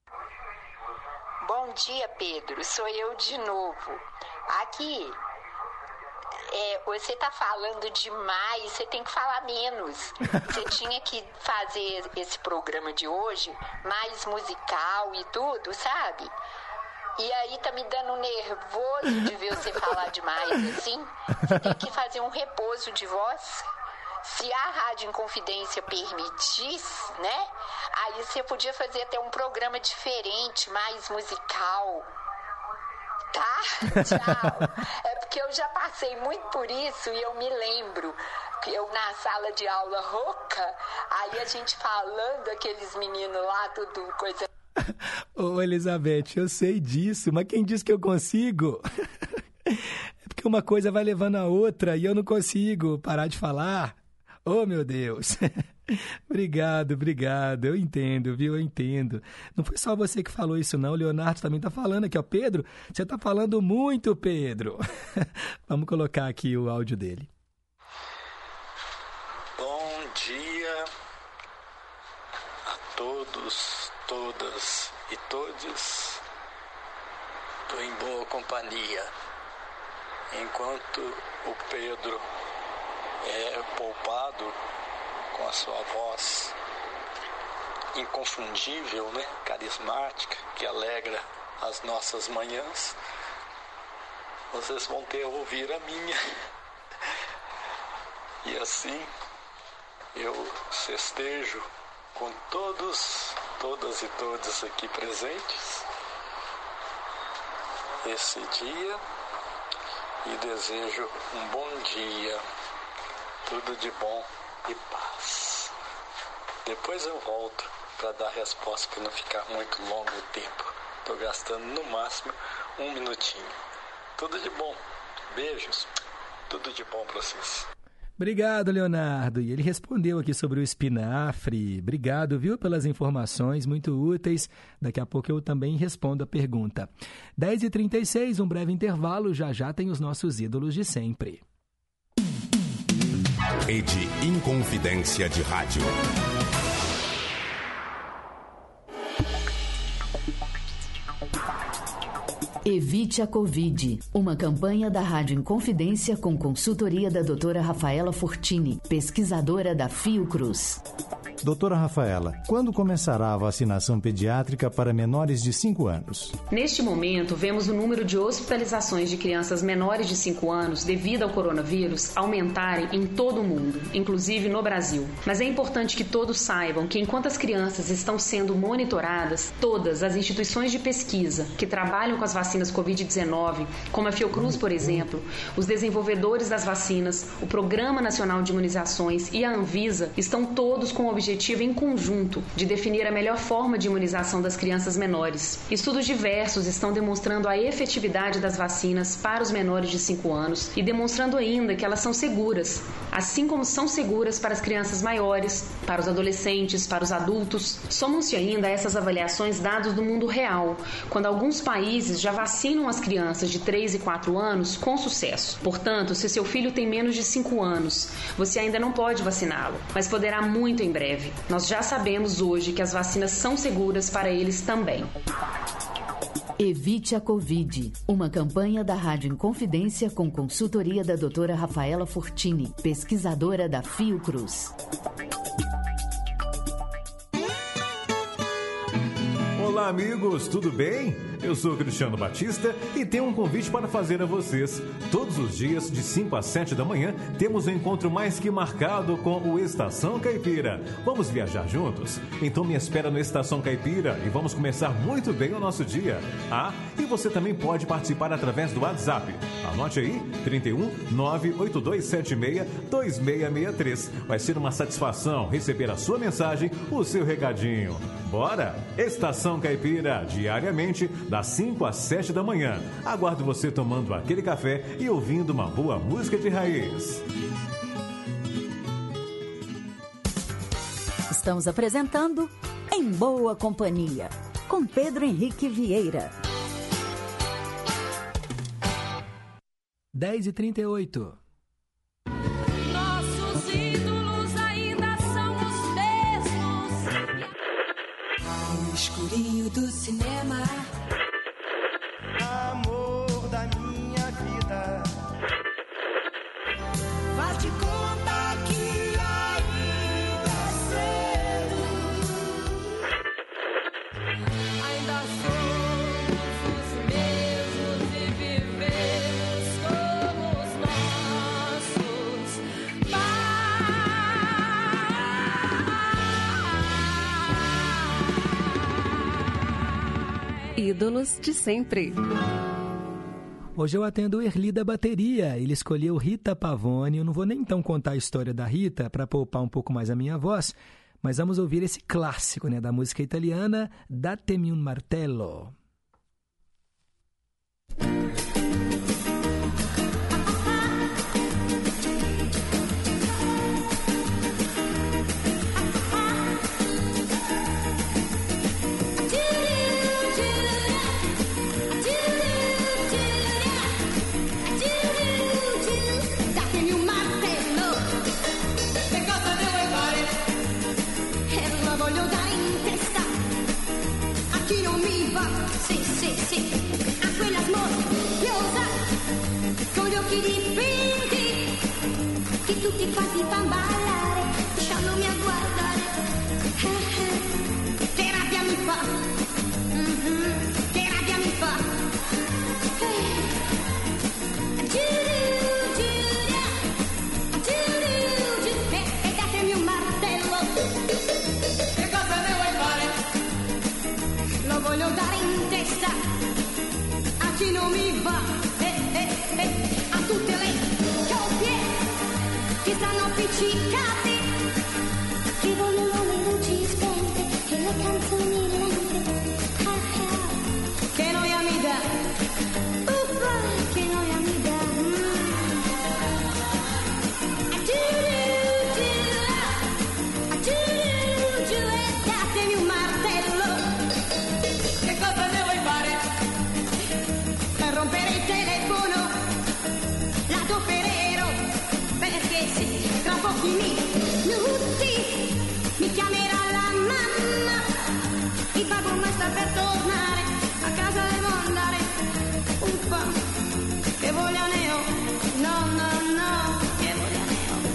Bom dia, Pedro, sou eu de novo. Aqui, você tá falando demais, você tem que falar menos. Você tinha que fazer esse programa de hoje mais musical e tudo, sabe? E aí tá me dando nervoso de ver você falar demais assim. Você tem que fazer um repouso de voz. Se a Rádio Inconfidência permitisse, né? Aí você podia fazer até um programa diferente, mais musical. Tá? Tchau. É porque eu já passei muito por isso e eu me lembro que eu na sala de aula rouca, aí a gente falando, aqueles meninos lá, tudo coisa... Ô, Elizabeth, eu sei disso, mas quem disse que eu consigo? É porque uma coisa vai levando a outra e eu não consigo parar de falar. Oh, meu Deus. Obrigado. Eu entendo, viu? Eu entendo. Não foi só você que falou isso, não. O Leonardo também tá falando aqui, ó. Pedro, você tá falando muito, Pedro. Vamos colocar aqui o áudio dele. Bom dia a todos, todas e todes. Tô em boa companhia. Enquanto o Pedro é poupado com a sua voz inconfundível, né? Carismática, que alegra as nossas manhãs, vocês vão ter a ouvir a minha. E assim eu festejo com todos, todas e todos aqui presentes esse dia e desejo um bom dia, tudo de bom e paz. Depois eu volto para dar a resposta para não ficar muito longo o tempo. Estou gastando no máximo 1 minutinho. Tudo de bom. Beijos. Tudo de bom para vocês. Obrigado, Leonardo. E ele respondeu aqui sobre o espinafre. Obrigado, viu, pelas informações muito úteis. Daqui a pouco eu também respondo a pergunta. 10h36, um breve intervalo. Já tem os nossos ídolos de sempre. Rede Inconfidência de Rádio. Evite a Covid. Uma campanha da Rádio Inconfidência com consultoria da doutora Rafaela Fortini, pesquisadora da Fiocruz. Doutora Rafaela, quando começará a vacinação pediátrica para menores de 5 anos? Neste momento, vemos o número de hospitalizações de crianças menores de 5 anos devido ao coronavírus aumentarem em todo o mundo, inclusive no Brasil. Mas é importante que todos saibam que enquanto as crianças estão sendo monitoradas, todas as instituições de pesquisa que trabalham com as vacinas Covid-19, como a Fiocruz, por exemplo, os desenvolvedores das vacinas, o Programa Nacional de Imunizações e a Anvisa, estão todos com o objetivo objetivo em conjunto de definir a melhor forma de imunização das crianças menores. Estudos diversos estão demonstrando a efetividade das vacinas para os menores de 5 anos e demonstrando ainda que elas são seguras, assim como são seguras para as crianças maiores, para os adolescentes, para os adultos. Somam-se ainda a essas avaliações dados do mundo real, quando alguns países já vacinam as crianças de 3 e 4 anos com sucesso. Portanto, se seu filho tem menos de 5 anos, você ainda não pode vaciná-lo, mas poderá muito em breve. Nós já sabemos hoje que as vacinas são seguras para eles também. Evite a Covid, uma campanha da Rádio Inconfidência com consultoria da doutora Rafaela Fortini, pesquisadora da Fiocruz. Olá, amigos, tudo bem? Eu sou Cristiano Batista e tenho um convite para fazer a vocês. Todos os dias, de 5 às 7 da manhã, temos um encontro mais que marcado com o Estação Caipira. Vamos viajar juntos? Então me espera no Estação Caipira e vamos começar muito bem o nosso dia. Ah, e você também pode participar através do WhatsApp. Anote aí, 31 98276 2663. Vai ser uma satisfação receber a sua mensagem, o seu recadinho. Bora? Estação Caipira, diariamente, das 5 às 7 da manhã. Aguardo você tomando aquele café e ouvindo uma boa música de raiz. Estamos apresentando Em Boa Companhia, com Pedro Henrique Vieira. 10h38. Nossos ídolos ainda são os mesmos. No escurinho do cinema, amor da minha vida, faz de conta que ainda é cedo. Ainda somos os mesmos e vivemos como os nossos pais. Ídolos de sempre. Hoje eu atendo o Erli da bateria. Ele escolheu Rita Pavone. Eu não vou nem então contar a história da Rita para poupar um pouco mais a minha voz, mas vamos ouvir esse clássico, né, da música italiana, Datemi un martello. Datemi un martello, che cosa devo fare? E lo voglio dare in testa a chi non mi va, sì, sì, sì, a quella smorfiosa con gli occhi dipinti che tutti quanti fan ballare, lasciandomi a guardare. Che rabbia mi fa, che rabbia mi fa. E datemi un martello, che cosa ne vuoi fare? Lo voglio dare in testa a chi non mi va, a tutte le coppie che stanno appiccicate, che vogliono le luci spente e le canzoni lente. Che noia mi dà, uffa, che noia mi dà. Datemi un martello, che cosa ne vuoi fare? Per rompere il telefono, l'adopero, perché sì, tra pochi minuti mi chiamerà la mamma, il babbo ma sta per tornare, a casa devo andare, uffa, che voglia ne ho, no, no, no, che voglia ne ho.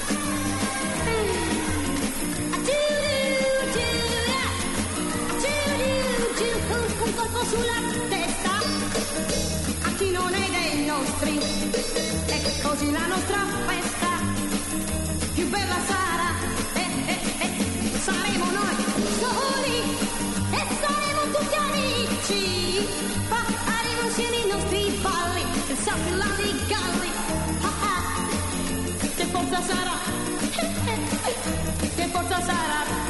Un colpo sulla testa a chi non è dei nostri, e così la nostra festa più bella sarà, saremo noi soli e saremo tutti amici, faremo insieme i nostri balli, il salto dei galli, che forza sarà, che forza sarà.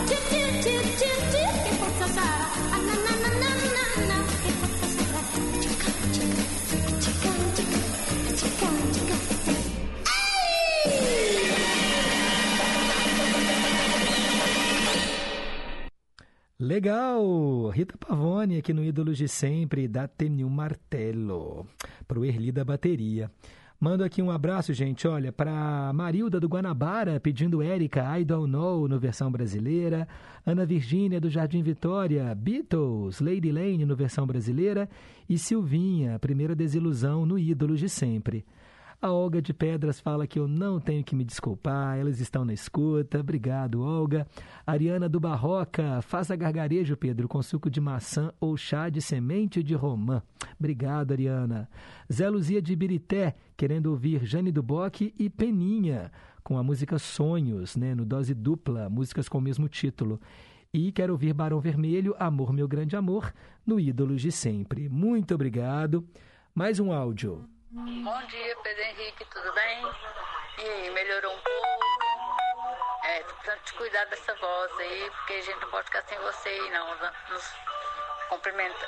Legal! Rita Pavone aqui no Ídolos de Sempre, dá-te-me um martelo, pro Erli da bateria. Mando aqui um abraço, gente, olha, para Marilda do Guanabara, pedindo Érica, I Don't Know, no versão brasileira. Ana Virgínia do Jardim Vitória, Beatles, Lady Lane, no versão brasileira. E Silvinha, Primeira Desilusão, no Ídolos de Sempre. A Olga de Pedras fala que eu não tenho que me desculpar, elas estão na escuta. Obrigado, Olga. Ariana do Barroca, faça gargarejo, Pedro, com suco de maçã ou chá de semente de romã. Obrigado, Ariana. Zé Luzia de Ibirité, querendo ouvir Jane do Bock e Peninha, com a música Sonhos, né, no Dose Dupla, músicas com o mesmo título. E quero ouvir Barão Vermelho, Amor, Meu Grande Amor, no Ídolos de Sempre. Muito obrigado. Mais um áudio. Bom dia, Pedro Henrique, tudo bem? E aí, melhorou um pouco? Tô precisando de cuidar dessa voz aí, porque a gente não pode ficar sem você aí, não. Nos cumprimenta.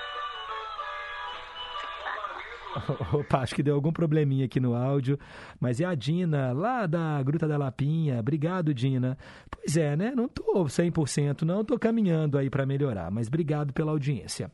Opa, acho que deu algum probleminha aqui no áudio, mas é a Dina, lá da Gruta da Lapinha. Obrigado, Dina. Pois é, né? Não tô 100%, não. Tô caminhando aí para melhorar, mas obrigado pela audiência.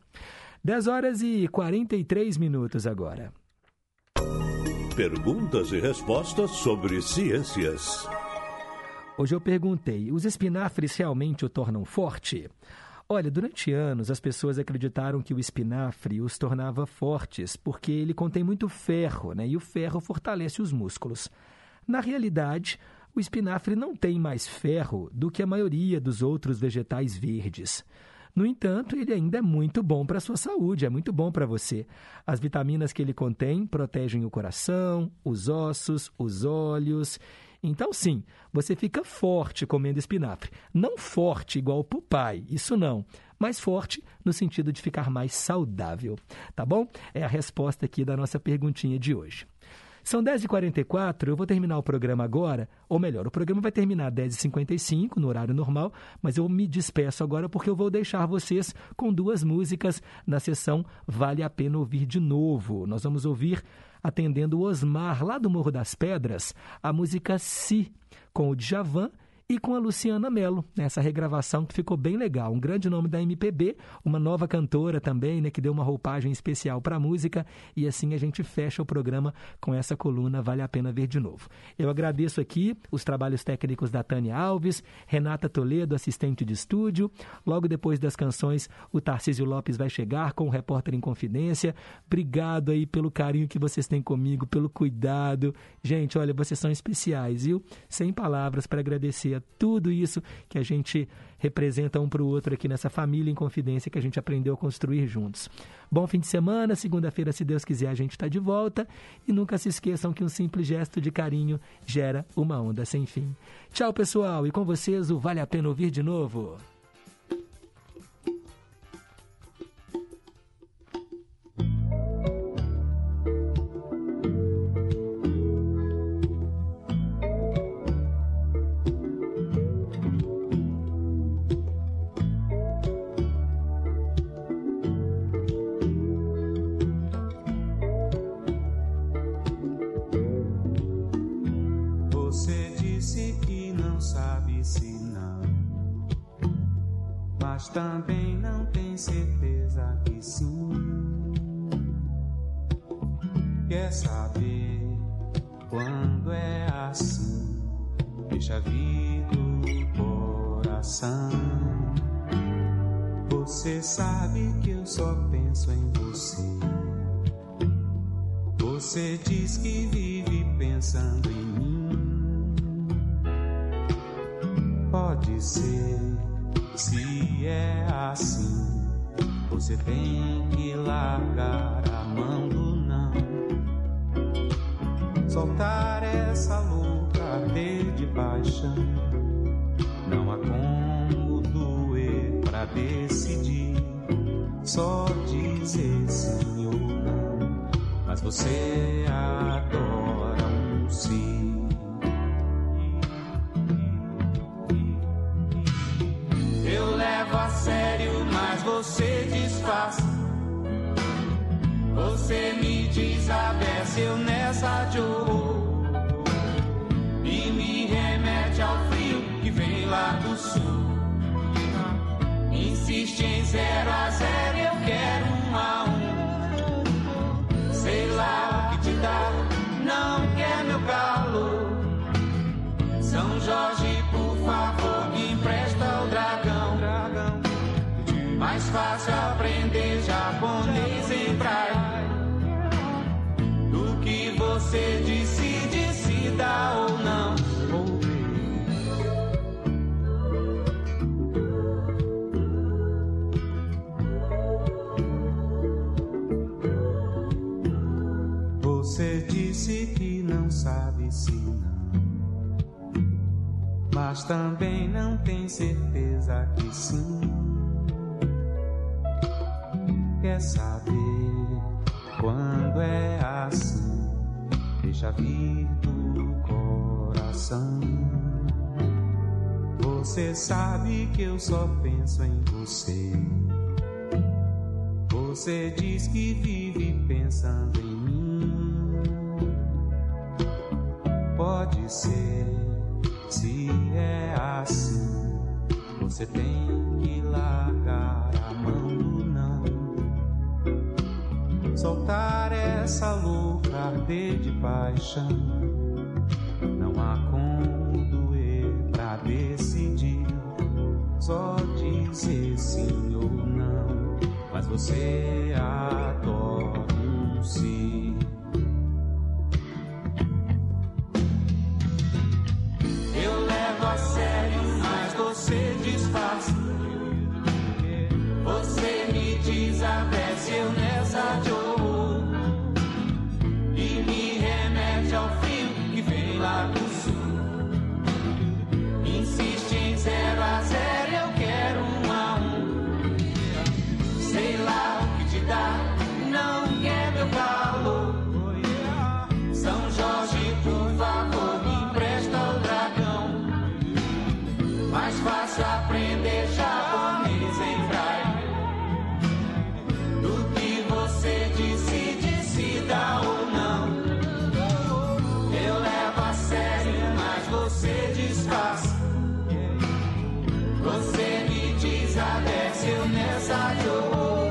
10h43 agora. Perguntas e respostas sobre ciências. Hoje eu perguntei, os espinafres realmente o tornam forte? Olha, durante anos as pessoas acreditaram que o espinafre os tornava fortes porque ele contém muito ferro, né? E o ferro fortalece os músculos. Na realidade, o espinafre não tem mais ferro do que a maioria dos outros vegetais verdes. No entanto, ele ainda é muito bom para a sua saúde, é muito bom para você. As vitaminas que ele contém protegem o coração, os ossos, os olhos. Então, sim, você fica forte comendo espinafre. Não forte igual o Popeye, isso não. Mas forte no sentido de ficar mais saudável, tá bom? É a resposta aqui da nossa perguntinha de hoje. São 10h44, eu vou terminar o programa agora, ou melhor, o programa vai terminar às 10h55, no horário normal, mas eu me despeço agora porque eu vou deixar vocês com duas músicas na sessão Vale a Pena Ouvir de Novo. Nós vamos ouvir, atendendo o Osmar, lá do Morro das Pedras, a música Si, com o Djavan e com a Luciana Mello, nessa regravação que ficou bem legal. Um grande nome da MPB, uma nova cantora também, né, que deu uma roupagem especial para a música, e assim a gente fecha o programa com essa coluna Vale a Pena Ver de Novo. Eu agradeço aqui os trabalhos técnicos da Tânia Alves, Renata Toledo, assistente de estúdio. Logo depois das canções, o Tarcísio Lopes vai chegar com o Repórter em Confidência. Obrigado aí pelo carinho que vocês têm comigo, pelo cuidado. Gente, olha, vocês são especiais, viu? Sem palavras para agradecer a tudo isso que a gente representa um para o outro aqui nessa família em confidência que a gente aprendeu a construir juntos. Bom fim de semana, segunda-feira, se Deus quiser, a gente está de volta. E nunca se esqueçam que um simples gesto de carinho gera uma onda sem fim. Tchau, pessoal, e com vocês o Vale a Pena Ouvir de Novo. Mas também não tem certeza que sim. Quer saber quando é assim? Deixa vir do coração. Você sabe que eu só penso em você. Você diz que vive pensando em mim. Pode ser. Se é assim, você tem que largar a mão do não. Soltar essa louca ardor de paixão. Não há como doer pra decidir. Só dizer sim ou não. Mas você adora um sim. Eu levo a sério, mas você disfarça. Você me desabece, eu nessa de horror. E me remete ao frio que vem lá do sul. Insiste sabe se não, mas também não tem certeza que sim. Quer saber quando é assim? Deixa vir do coração. Você sabe que eu só penso em você. Você diz que vive pensando em mim. Pode ser, se é assim, você tem que largar a mão do não. Soltar essa louca arder de paixão. Não há como doer pra decidir. Só dizer sim ou não. Mas você adora um sim. Eu levo a sério, mas você disfarça. Você me desabece, eu nessa de horror. E me remete ao frio que vem lá do sul. Insiste em 0 a 0, eu quero 1 a 1. Sei lá o que te dá, não quer meu calor. São Jorge, por favor, me empresta o dragão. Mais fácil aprender japonês em braille do que você decide se dá ou não. Eu levo a sério, mas você disfarça. Você me desabece, eu nessa de horror.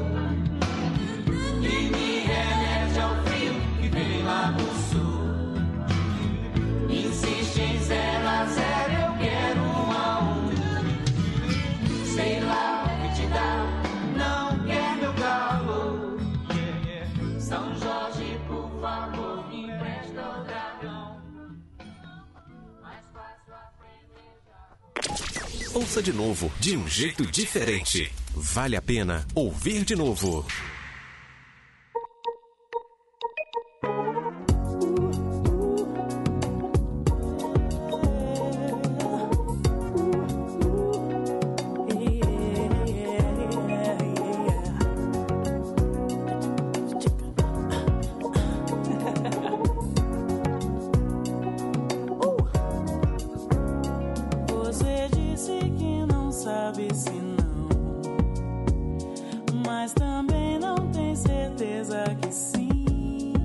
E me remete ao frio que vem lá do sul. Insiste em 0 a 0, eu quero 1 a 1. Sei lá o que te dá, não quer meu calor. São Jorge, por favor, me empresta o dragão. Mais fácil aprender já. Ouça de novo, de um jeito diferente. Vale a pena ouvir de novo. Você disse que não sabe se não, mas também não tem certeza que sim.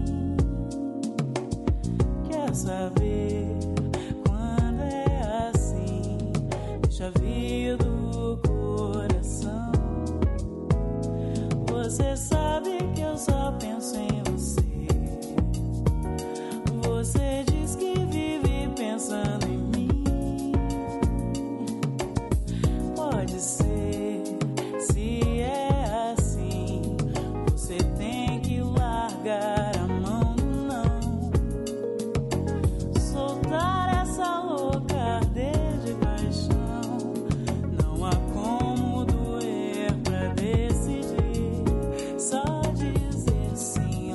Quer saber quando é assim? Deixa vir do coração. Você sabe que eu só penso em você. Você diz que vive pensando em mim. Pode ser, se é assim, você tem que largar a mão do não. Soltar essa louca arder de paixão. Não há como doer pra decidir. Só dizer sim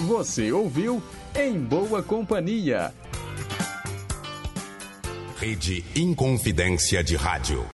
Você ouviu Em Boa Companhia. Rede Inconfidência de Rádio.